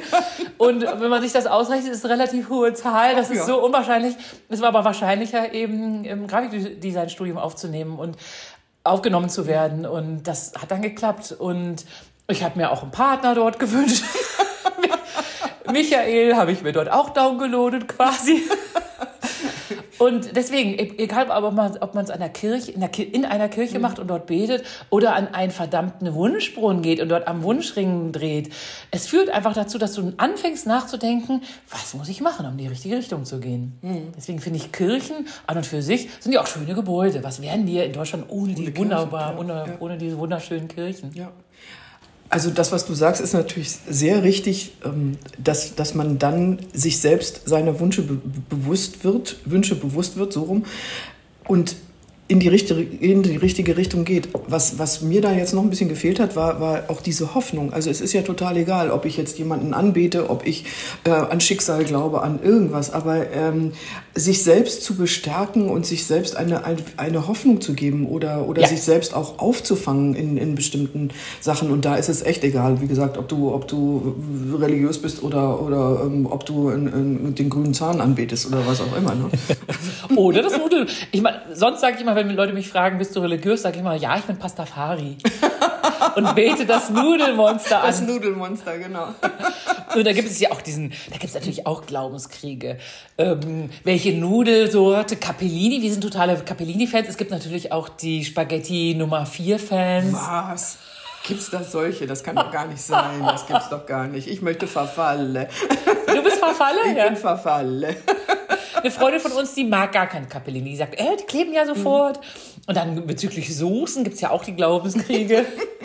B: Und wenn man sich das ausrechnet, ist es eine relativ hohe Zahl. Das ist so unwahrscheinlich. Es war aber wahrscheinlicher, eben im Grafikdesign-Studium aufzunehmen und aufgenommen zu werden. Und das hat dann geklappt. Und ich habe mir auch einen Partner dort gewünscht. Michael habe ich mir dort auch downgeloadet quasi. Und deswegen, egal ob man ob man es an der Kirche, in, der Ki- in einer Kirche mhm. macht und dort betet oder an einen verdammten Wunschbrunnen geht und dort am Wunschring dreht, es führt einfach dazu, dass du anfängst nachzudenken, was muss ich machen, um in die richtige Richtung zu gehen. Mhm. Deswegen finde ich Kirchen an und für sich sind ja auch schöne Gebäude. Was wären die in Deutschland ohne, ohne die Kirche, wunderbar, ja, ohne, ja. ohne diese wunderschönen Kirchen?
A: Ja. Also das, was du sagst, ist natürlich sehr richtig, dass, dass man dann sich selbst seiner Wünsche be- bewusst wird, Wünsche bewusst wird, so rum, und in die richtige, in die richtige Richtung geht. Was, was mir da jetzt noch ein bisschen gefehlt hat, war, war auch diese Hoffnung. Also es ist ja total egal, ob ich jetzt jemanden anbete, ob ich äh, an Schicksal glaube, an irgendwas, aber ähm, sich selbst zu bestärken und sich selbst eine, eine, eine Hoffnung zu geben oder, oder ja. sich selbst auch aufzufangen in, in bestimmten Sachen. Und da ist es echt egal, wie gesagt, ob du, ob du religiös bist oder, oder ähm, ob du in, in den grünen Zahn anbetest oder was auch immer. Ne?
B: Oder das Nudel. Ich meine, sonst sage ich immer, wenn Leute mich fragen, bist du religiös, sage ich immer, ja, ich bin Pastafari. Und bete das Nudelmonster an.
A: Das Nudelmonster, genau.
B: Und da gibt es ja auch diesen, da gibt es natürlich auch Glaubenskriege. Ähm, welche Nudelsorte? Capellini, wir sind totale Capellini-Fans. Es gibt natürlich auch die Spaghetti Nummer vier Fans.
A: Was? Gibt's da solche? Das kann doch gar nicht sein. Das gibt's doch gar nicht. Ich möchte Farfalle.
B: Du bist Farfalle?
A: Ich ja. bin Farfalle.
B: Eine Freundin von uns, die mag gar kein Capellini. Die sagt, äh, die kleben ja sofort. Mhm. Und dann bezüglich Soßen gibt's ja auch die Glaubenskriege.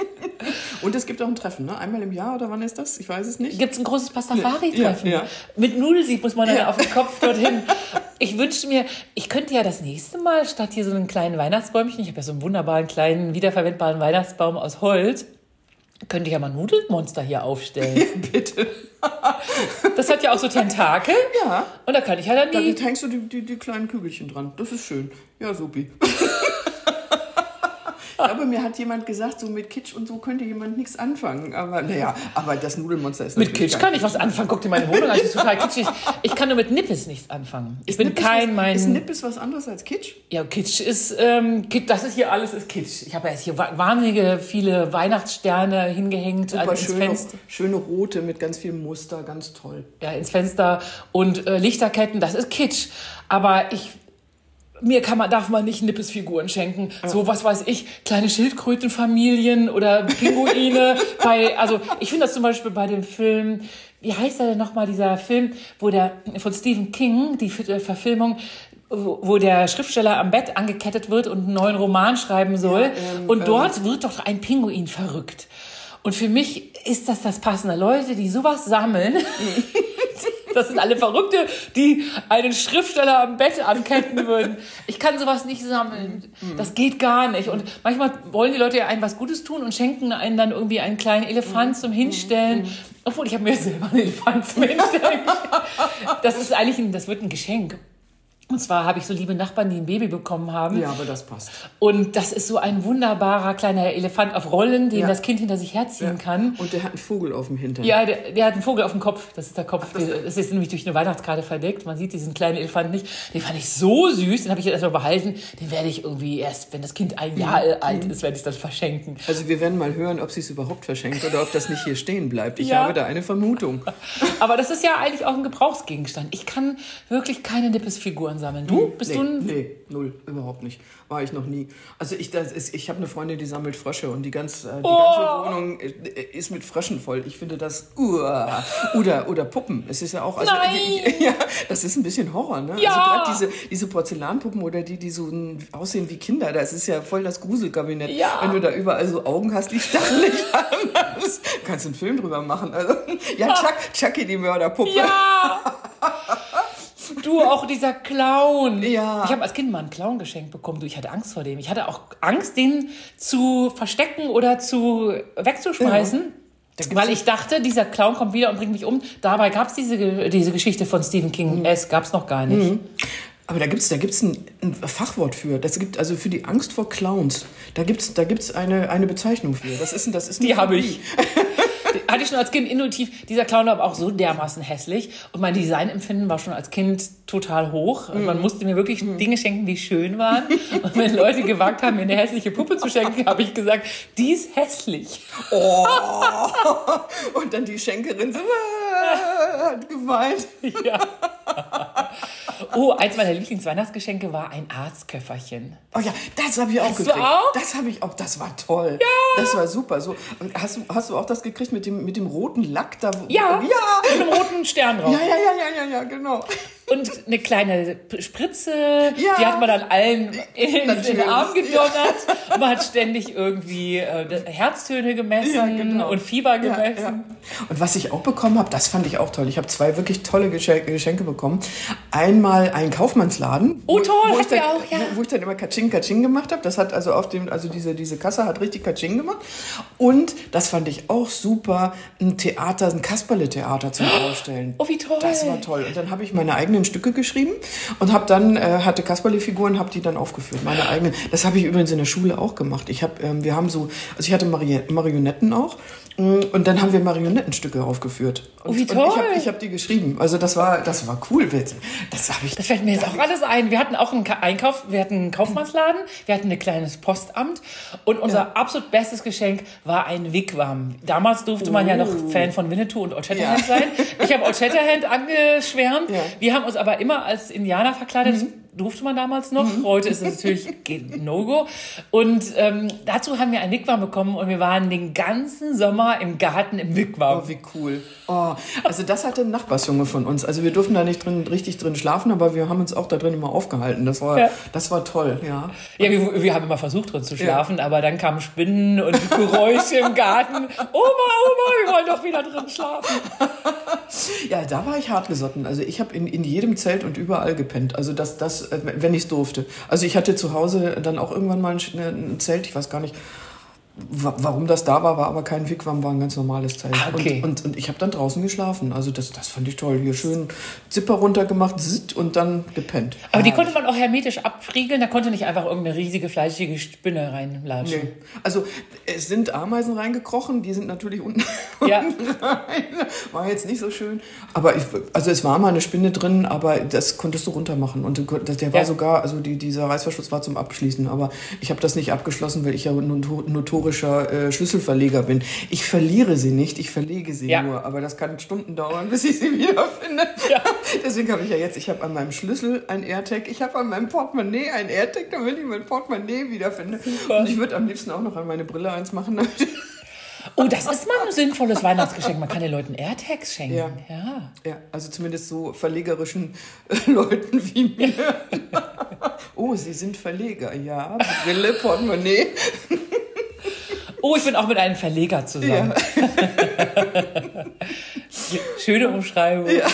A: Und es gibt auch ein Treffen, ne? Einmal im Jahr oder wann ist das? Ich weiß es nicht.
B: Gibt's ein großes Pastafari-Treffen.
A: Ja, ja.
B: Mit Nudelsieb muss man dann
A: ja.
B: auf den Kopf dorthin. Ich wünschte mir, ich könnte ja das nächste Mal statt hier so einen kleinen Weihnachtsbäumchen, ich habe ja so einen wunderbaren kleinen wiederverwendbaren Weihnachtsbaum aus Holz, könnte ich ja mal ein Nudelmonster hier aufstellen.
A: Ja, bitte.
B: Das hat ja auch so Tentakel.
A: Ja.
B: Und da kann ich ja dann die...
A: Da hängst du die, die, die kleinen Kügelchen dran. Das ist schön. Ja, supi. Aber mir hat jemand gesagt, so mit Kitsch und so könnte jemand nichts anfangen. Aber naja, aber das Nudelmonster ist
B: mit Kitsch kann ich was anfangen. Guck dir meine Wohnung an, die ist total kitschig. Ich kann nur mit Nippes nichts anfangen. Ich
A: ist
B: bin
A: Nippes
B: kein
A: was,
B: mein.
A: Ist Nippes was anderes als Kitsch?
B: Ja, Kitsch ist ähm, Kitsch, das ist hier alles ist Kitsch. Ich habe ja jetzt hier wahnsinnige viele Weihnachtssterne hingehängt
A: Super,
B: ins
A: schöne,
B: Fenster.
A: Schöne rote mit ganz viel Muster, ganz toll.
B: Ja, ins Fenster und äh, Lichterketten, das ist Kitsch. Aber ich Mir kann man, darf man nicht Nippes-Figuren schenken. Ja. So, was weiß ich, kleine Schildkrötenfamilien oder Pinguine. bei, also, ich finde das zum Beispiel bei dem Film, wie heißt der denn nochmal, dieser Film, wo der, von Stephen King, die Verfilmung, wo der Schriftsteller am Bett angekettet wird und einen neuen Roman schreiben soll. Ja, ähm, und dort ähm. wird doch ein Pinguin verrückt. Und für mich ist das das Passende. Leute, die sowas sammeln, das sind alle Verrückte, die einen Schriftsteller am Bett anketten würden. Ich kann sowas nicht sammeln. Das geht gar nicht. Und manchmal wollen die Leute ja einem was Gutes tun und schenken einen dann irgendwie einen kleinen Elefant zum Hinstellen. Obwohl, ich habe mir selber einen Elefant zum Hinstellen. Das ist eigentlich ein, das wird ein Geschenk. Und zwar habe ich so liebe Nachbarn, die ein Baby bekommen haben.
A: Ja, aber das passt.
B: Und das ist so ein wunderbarer kleiner Elefant auf Rollen, den
A: ja.
B: das Kind hinter sich herziehen ja. kann.
A: Und der hat einen Vogel auf dem Hintern.
B: Ja, der, der hat einen Vogel auf dem Kopf. Das ist der Kopf. Ach, das, das ist nämlich durch eine Weihnachtskarte verdeckt. Man sieht diesen kleinen Elefant nicht. Den fand ich so süß. Den habe ich jetzt erstmal behalten. Den werde ich irgendwie erst, wenn das Kind ein Jahr mhm. alt ist, werde ich es dann verschenken.
A: Also wir werden mal hören, ob sie es überhaupt verschenkt oder ob das nicht hier stehen bleibt. Ich
B: ja.
A: habe da eine Vermutung.
B: Aber das ist ja eigentlich auch ein Gebrauchsgegenstand. Ich kann wirklich keine Nippes-Figuren sammeln. Du? Bist
A: nee.
B: du
A: Nee, null, überhaupt nicht. War ich noch nie. Also ich, das ist, ich habe eine Freundin, die sammelt Frösche und die, ganz, die
B: oh.
A: ganze Wohnung ist mit Fröschen voll. Ich finde das, uah. oder, oder Puppen. Es ist ja auch, also,
B: Nein.
A: Ich, ja, das ist ein bisschen Horror, ne?
B: Ja.
A: Also gerade diese, diese Porzellanpuppen oder die, die so aussehen wie Kinder, das ist ja voll das Gruselkabinett.
B: Ja.
A: Wenn du da überall so Augen hast, die stachelig an. Du kannst einen Film drüber machen. Also, ja, Chuck, Chucky, die Mörderpuppe.
B: Ja. Du, auch dieser Clown.
A: Ja.
B: Ich habe als Kind mal einen Clown geschenkt bekommen. Du, ich hatte Angst vor dem. Ich hatte auch Angst, den zu verstecken oder zu wegzuschmeißen. Ja. Weil ich dachte, dieser Clown kommt wieder und bringt mich um. Dabei gab es diese, diese Geschichte von Stephen King. Mhm. Es gab es noch gar nicht.
A: Mhm. Aber da gibt es da gibt's ein, ein Fachwort für. Das gibt also für die Angst vor Clowns. Da gibt es da gibt's eine, eine Bezeichnung für. Das ist, das ist
B: die habe ich. Hatte ich schon als Kind intuitiv. Dieser Clown war aber auch so dermaßen hässlich. Und mein Designempfinden war schon als Kind total hoch. Und man musste mir wirklich mm. Dinge schenken, die schön waren. Und wenn Leute gewagt haben, mir eine hässliche Puppe zu schenken, habe ich gesagt, die ist hässlich.
A: Oh. Und dann die Schenkerin so, äh, hat geweint.
B: Ja. Oh, eins meiner Lieblingsweihnachtsgeschenke war ein Arztköfferchen.
A: Oh ja, das habe ich auch
B: Hast du
A: gekriegt.
B: auch?
A: Das habe ich auch, das war toll.
B: Ja.
A: Das war super. So, und hast, du, hast du auch das gekriegt mit dem, mit dem roten Lack? Da,
B: Ja,
A: ja.
B: mit einem roten Stern drauf.
A: Ja, ja, ja, ja, ja, ja, genau.
B: Und eine kleine Spritze,
A: Ja.
B: die hat man dann allen in den
A: Natürlich.
B: Arm gedonnert. Und man hat ständig irgendwie äh, Herztöne gemessen
A: Ja, genau.
B: und Fieber
A: Ja,
B: gemessen.
A: ja. Und was ich auch bekommen habe, das fand ich auch toll. Ich habe zwei wirklich tolle Geschenke, Geschenke bekommen. Einmal einen Kaufmannsladen.
B: Oh, toll,
A: wo, wo, ich
B: hatten wir
A: dann,
B: auch, ja.
A: wo, wo ich dann immer Katsching, Katsching gemacht habe. Das hat also auf dem, also diese, diese Kasse hat richtig Katsching gemacht. Und das fand ich auch super, ein Theater, ein Kasperle-Theater zum Ausstellen.
B: Oh, wie toll.
A: Das war toll. Und dann habe ich meine eigenen Stücke geschrieben und habe dann, äh, hatte Kasperle-Figuren, habe die dann aufgeführt. Meine eigenen. Das habe ich übrigens in der Schule auch gemacht. Ich habe, ähm, wir haben so, also ich hatte Mari- Marionetten auch. Und dann haben wir Marionettenstücke aufgeführt. Und,
B: oh, wie toll.
A: Und ich habe ich hab die geschrieben. Also das war, das war cool. Das habe ich.
B: Das fällt mir jetzt auch alles ein. Wir hatten auch einen Ka- Einkauf, wir hatten einen Kaufmannsladen, wir hatten ein kleines Postamt und unser
A: Ja.
B: absolut bestes Geschenk war ein Wigwam. Damals durfte man ja noch Fan von Winnetou und Old Shatterhand
A: Ja.
B: sein. Ich habe Old Shatterhand angeschwärmt.
A: Ja.
B: Wir haben uns aber immer als Indianer verkleidet. Das durfte man damals noch. Heute ist es natürlich No-Go. Und ähm, dazu haben wir ein Wigwam bekommen und wir waren den ganzen Sommer im Garten im Wigwam.
A: Oh, wie cool. Oh, also das hatte ein Nachbarsjunge von uns. Also wir durften da nicht drin, richtig drin schlafen, aber wir haben uns auch da drin immer aufgehalten. Das war,
B: Ja.
A: das war toll, ja.
B: Ja, wir, wir haben immer versucht, drin zu schlafen, aber dann kamen Spinnen und Geräusche im Garten. Oma, Oma, wir wollen doch wieder drin schlafen.
A: Ja, da war ich hartgesotten. Also ich habe in, in jedem Zelt und überall gepennt. Also das, das, äh, wenn ich es durfte. Also ich hatte zu Hause dann auch irgendwann mal ein, ein Zelt, ich weiß gar nicht, wa- warum das da war, war aber kein Wigwam, war ein ganz normales Zelt.
B: Ah, okay.
A: Und, und, und ich habe dann draußen geschlafen. Also das, das fand ich toll. Hier schön Zipper runtergemacht zzt, und dann gepennt.
B: Aber die
A: Herrlich.
B: konnte man auch hermetisch abriegeln, da konnte nicht einfach irgendeine riesige, fleischige Spinne reinlatschen.
A: Nee. Also es sind Ameisen reingekrochen, die sind natürlich unten
B: Ja.
A: rein. War jetzt nicht so schön. Aber ich, also es war mal eine Spinne drin, aber das konntest du runter machen. Und du kon- das- der war
B: Ja.
A: sogar, also die, dieser Reißverschluss war zum Abschließen. Aber ich habe das nicht abgeschlossen, weil ich ja noto- notorischer äh, Schlüsselverleger bin. Ich verliere sie nicht, ich verlege sie
B: Ja.
A: nur. Aber das kann Stunden dauern, bis ich sie wiederfinde.
B: Ja.
A: Deswegen habe ich ja jetzt, ich habe an meinem Schlüssel ein AirTag, ich habe an meinem Portemonnaie ein AirTag, damit ich mein Portemonnaie wiederfinde.
B: Super.
A: Und ich würde am liebsten auch noch an meine Brille eins machen. Damit
B: Oh, das ist mal ein sinnvolles Weihnachtsgeschenk. Man kann den Leuten AirTags schenken.
A: Ja.
B: Ja.
A: ja, also zumindest so verlegerischen äh, Leuten wie mir. Oh, Sie sind Verleger, ja. Brille, Portemonnaie.
B: Oh, ich bin auch mit einem Verleger zusammen.
A: Ja.
B: Schöne Umschreibung.
A: Ja.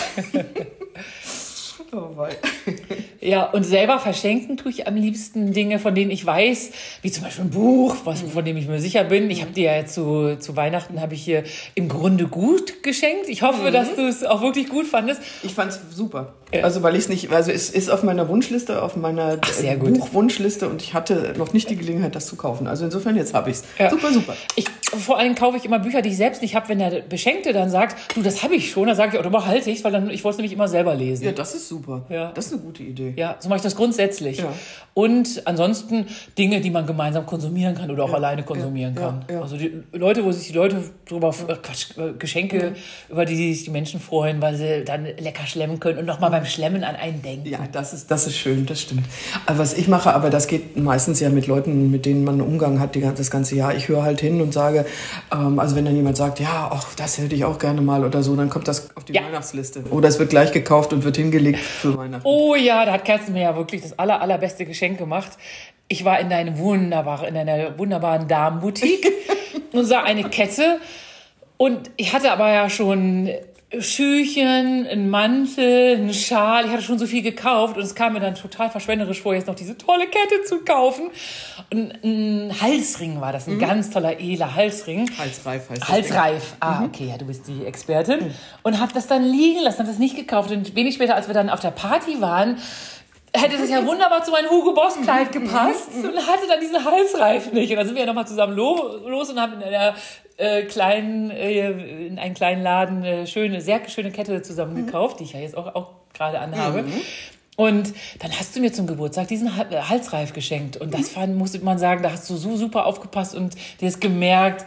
A: Oh, wei.
B: Ja, und selber verschenken tue ich am liebsten Dinge, von denen ich weiß, wie zum Beispiel ein Buch, was, von dem ich mir sicher bin. Ich habe dir ja jetzt zu, zu Weihnachten habe ich hier im Grunde gut geschenkt. Ich hoffe, dass du es auch wirklich gut fandest.
A: Ich fand's super.
B: Ja.
A: Also weil ich es nicht, also es ist auf meiner Wunschliste, auf meiner
B: Ach, sehr
A: äh,
B: gut.
A: Buchwunschliste und ich hatte noch nicht die Gelegenheit, das zu kaufen. Also insofern jetzt habe ich's.
B: Ja.
A: Super, super.
B: Ich, vor allem kaufe ich immer Bücher, die ich selbst nicht habe. Wenn der Beschenkte dann sagt, du, das habe ich schon, dann sage ich, oder behalte ich weil dann ich wollte es nämlich immer selber lesen.
A: Ja, das ist super.
B: Ja.
A: Das ist eine gute Idee.
B: Ja, so mache ich das grundsätzlich.
A: Ja.
B: Und ansonsten Dinge, die man gemeinsam konsumieren kann oder auch alleine konsumieren
A: ja,
B: kann.
A: ja.
B: Also die Leute, wo sich die Leute drüber, äh, Quatsch, äh, Geschenke, über die sich die Menschen freuen, weil sie dann lecker schlemmen können und nochmal beim Schlemmen an einen denken.
A: Ja, das ist, das ist schön, das stimmt. Aber was ich mache, aber das geht meistens ja mit Leuten, mit denen man einen Umgang hat die, ganze- das ganze Jahr. Ich höre halt hin und sage, ähm, also wenn dann jemand sagt, ja, ach, das hätte ich auch gerne mal oder so, dann kommt das auf die
B: Ja.
A: Weihnachtsliste. Oder es wird gleich gekauft und wird hingelegt für Weihnachten.
B: Oh ja, da hat Kerstin mir ja wirklich das aller, allerbeste Geschenk gemacht. Ich war in deinem wunderbar, in einer wunderbaren Damenboutique und sah eine Kette und ich hatte aber ja schon Schüchen, einen Mantel, einen Schal. Ich hatte schon so viel gekauft und es kam mir dann total verschwenderisch vor, jetzt noch diese tolle Kette zu kaufen. Und ein Halsring war das, ein ganz toller, edler Halsring.
A: Halsreif heißt das.
B: Halsreif. Ah, okay, ja, du bist die Expertin. Und hab das dann liegen lassen, hab das nicht gekauft. Und wenig später, als wir dann auf der Party waren, hätte das ja wunderbar zu meinem Hugo Boss Kleid gepasst und hatte dann diesen Halsreif nicht. Und dann sind wir ja nochmal zusammen lo- los und haben in einer äh, kleinen, äh, in einem kleinen Laden eine schöne, sehr schöne Kette zusammen gekauft, die ich ja jetzt auch, auch gerade anhabe.
A: Mhm.
B: Und dann hast du mir zum Geburtstag diesen Ha- Halsreif geschenkt. Und das fand, musste man sagen, da hast du so super aufgepasst und dir das gemerkt.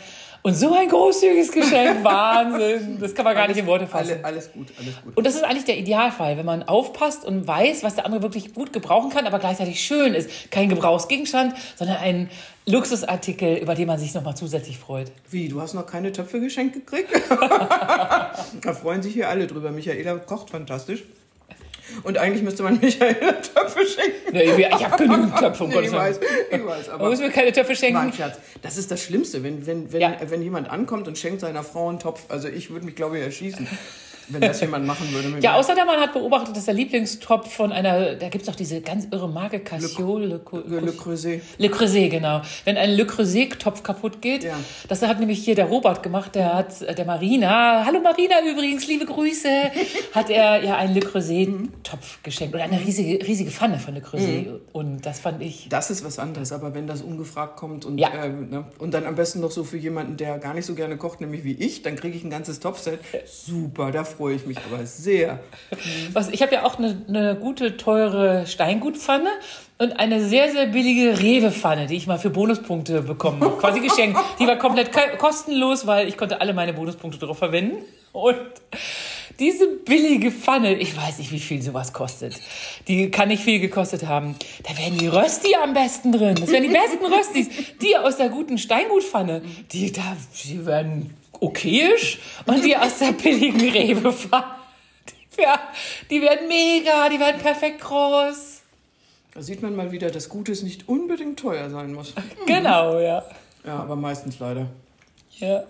B: Und so ein großzügiges Geschenk, Wahnsinn. Das kann man gar
A: alles,
B: nicht in Worte fassen.
A: Alle, alles gut, alles gut.
B: Und das ist eigentlich der Idealfall, wenn man aufpasst und weiß, was der andere wirklich gut gebrauchen kann, aber gleichzeitig schön ist. Kein Gebrauchsgegenstand, sondern ein Luxusartikel, über den man sich nochmal zusätzlich freut.
A: Wie, du hast noch keine Töpfe geschenkt gekriegt? Da freuen sich hier alle drüber. Michaela kocht fantastisch. Und eigentlich müsste man Michaela Töpfe schenken.
B: Nee, ich habe genügend Töpfe. Um
A: Nee, ich weiß, ich weiß. Aber
B: man muss mir keine Töpfe schenken.
A: Mein Schatz, das ist das Schlimmste, wenn, wenn, wenn,
B: Ja.
A: wenn jemand ankommt und schenkt seiner Frau einen Topf. Also ich würde mich, glaube ich, erschießen, wenn das jemand machen würde. Mit
B: Ja,
A: mir.
B: außer der Mann hat beobachtet, dass der Lieblingstopf von einer, da gibt es auch diese ganz irre Marke, Casio, Le,
A: Le, Le Creuset.
B: Le Creuset, genau. Wenn ein Le Creuset-Topf kaputt geht,
A: Ja.
B: das hat nämlich hier der Robert gemacht, der hat, äh, der Marina, hallo Marina übrigens, liebe Grüße, hat er ja einen Le Creuset-Topf geschenkt. Oder eine riesige, riesige Pfanne von Le Creuset.
A: Mhm.
B: Und das fand ich...
A: Das ist was anderes, aber wenn das ungefragt kommt und,
B: Ja.
A: äh, ne, und dann am besten noch so für jemanden, der gar nicht so gerne kocht, nämlich wie ich, dann kriege ich ein ganzes Topfset. Super, da freue ich mich aber sehr.
B: Was, ich habe ja auch eine, eine gute, teure Steingutpfanne und eine sehr, sehr billige Rewe-Pfanne, die ich mal für Bonuspunkte bekommen habe. Quasi geschenkt. Die war komplett ko- kostenlos, weil ich konnte alle meine Bonuspunkte darauf verwenden. Und diese billige Pfanne, ich weiß nicht, wie viel sowas kostet. Die kann nicht viel gekostet haben. Da wären die Rösti am besten drin. Das wären die besten Röstis. Die aus der guten Steingutpfanne, die, da, die wären okayisch. Und die aus der billigen Rewe-Pfanne, die, wär, die werden mega, die werden perfekt groß.
A: Da sieht man mal wieder, dass Gutes nicht unbedingt teuer sein muss.
B: Genau, ja.
A: Ja, aber meistens leider.
B: Ja.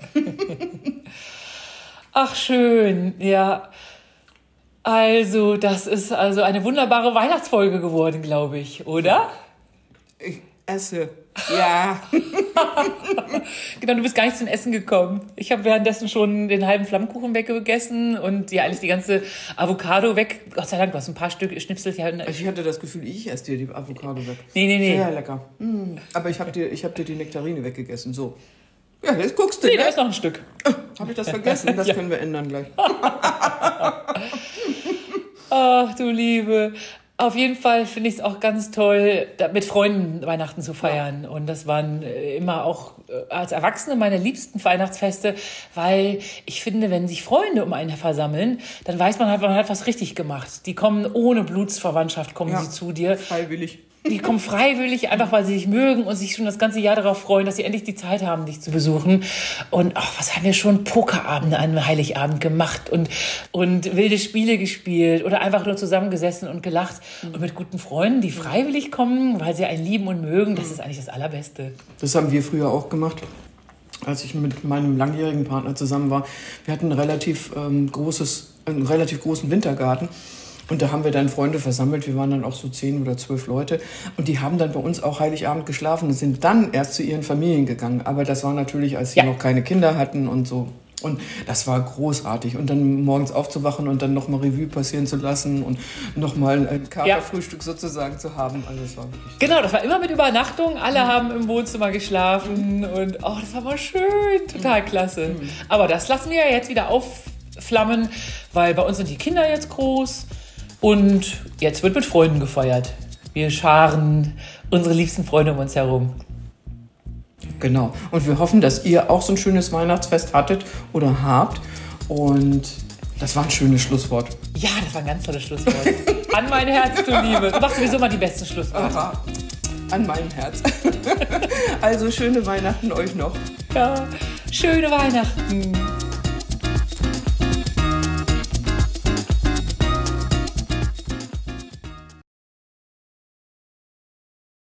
B: Ach, schön, ja. Also, das ist also eine wunderbare Weihnachtsfolge geworden, glaube ich, oder?
A: Ich esse. Ja.
B: Genau, du bist gar nicht zum Essen gekommen. Ich habe währenddessen schon den halben Flammkuchen weggegessen und ja, eigentlich die ganze Avocado weg. Gott sei Dank, du hast ein paar Stück Schnipsel. Ja,
A: Also ich hatte das Gefühl, ich esse dir die Avocado weg.
B: nee, nee, nee.
A: Sehr lecker. Mm. Aber ich habe dir, ich hab dir die Nektarine weggegessen. So. Ja, jetzt guckst du.
B: Nee,
A: Ne?
B: da ist noch ein Stück.
A: Habe ich das vergessen? Das
B: Ja.
A: können wir ändern gleich.
B: Ach, du Liebe. Auf jeden Fall finde ich es auch ganz toll, da mit Freunden Weihnachten zu feiern. Und das waren äh, immer auch äh, als Erwachsene meine liebsten Weihnachtsfeste, weil ich finde, wenn sich Freunde um einen versammeln, dann weiß man halt, man hat was richtig gemacht. Die kommen ohne Blutsverwandtschaft, kommen
A: Ja.
B: sie zu dir.
A: Freiwillig.
B: Die kommen freiwillig, einfach weil sie sich mögen und sich schon das ganze Jahr darauf freuen, dass sie endlich die Zeit haben, dich zu besuchen. Und ach, was haben wir schon Pokerabende an Heiligabend gemacht und, und wilde Spiele gespielt oder einfach nur zusammengesessen und gelacht. Und mit guten Freunden, die freiwillig kommen, weil sie einen lieben und mögen, das ist eigentlich das Allerbeste.
A: Das haben wir früher auch gemacht, als ich mit meinem langjährigen Partner zusammen war. Wir hatten ein relativ, ähm, großes, einen relativ großen Wintergarten. Und da haben wir dann Freunde versammelt. Wir waren dann auch so zehn oder zwölf Leute. Und die haben dann bei uns auch Heiligabend geschlafen und sind dann erst zu ihren Familien gegangen. Aber das war natürlich, als sie
B: Ja.
A: noch keine Kinder hatten und so. Und das war großartig. Und dann morgens aufzuwachen und dann nochmal Revue passieren zu lassen und nochmal ein Katerfrühstück sozusagen zu haben. Also das war wirklich...
B: Genau, das war immer mit Übernachtung. Alle haben im Wohnzimmer geschlafen und oh, das war mal schön. Total klasse. Aber das lassen wir ja jetzt wieder aufflammen, weil bei uns sind die Kinder jetzt groß. Und jetzt wird mit Freunden gefeiert. Wir scharen unsere liebsten Freunde um uns herum.
A: Genau. Und wir hoffen, dass ihr auch so ein schönes Weihnachtsfest hattet oder habt. Und das war ein schönes Schlusswort.
B: Ja, das war ein ganz tolles Schlusswort. An mein Herz, du Liebe. Du machst sowieso mal die besten Schlussworte.
A: Aha. An mein Herz. Also schöne Weihnachten euch noch.
B: Ja, schöne Weihnachten.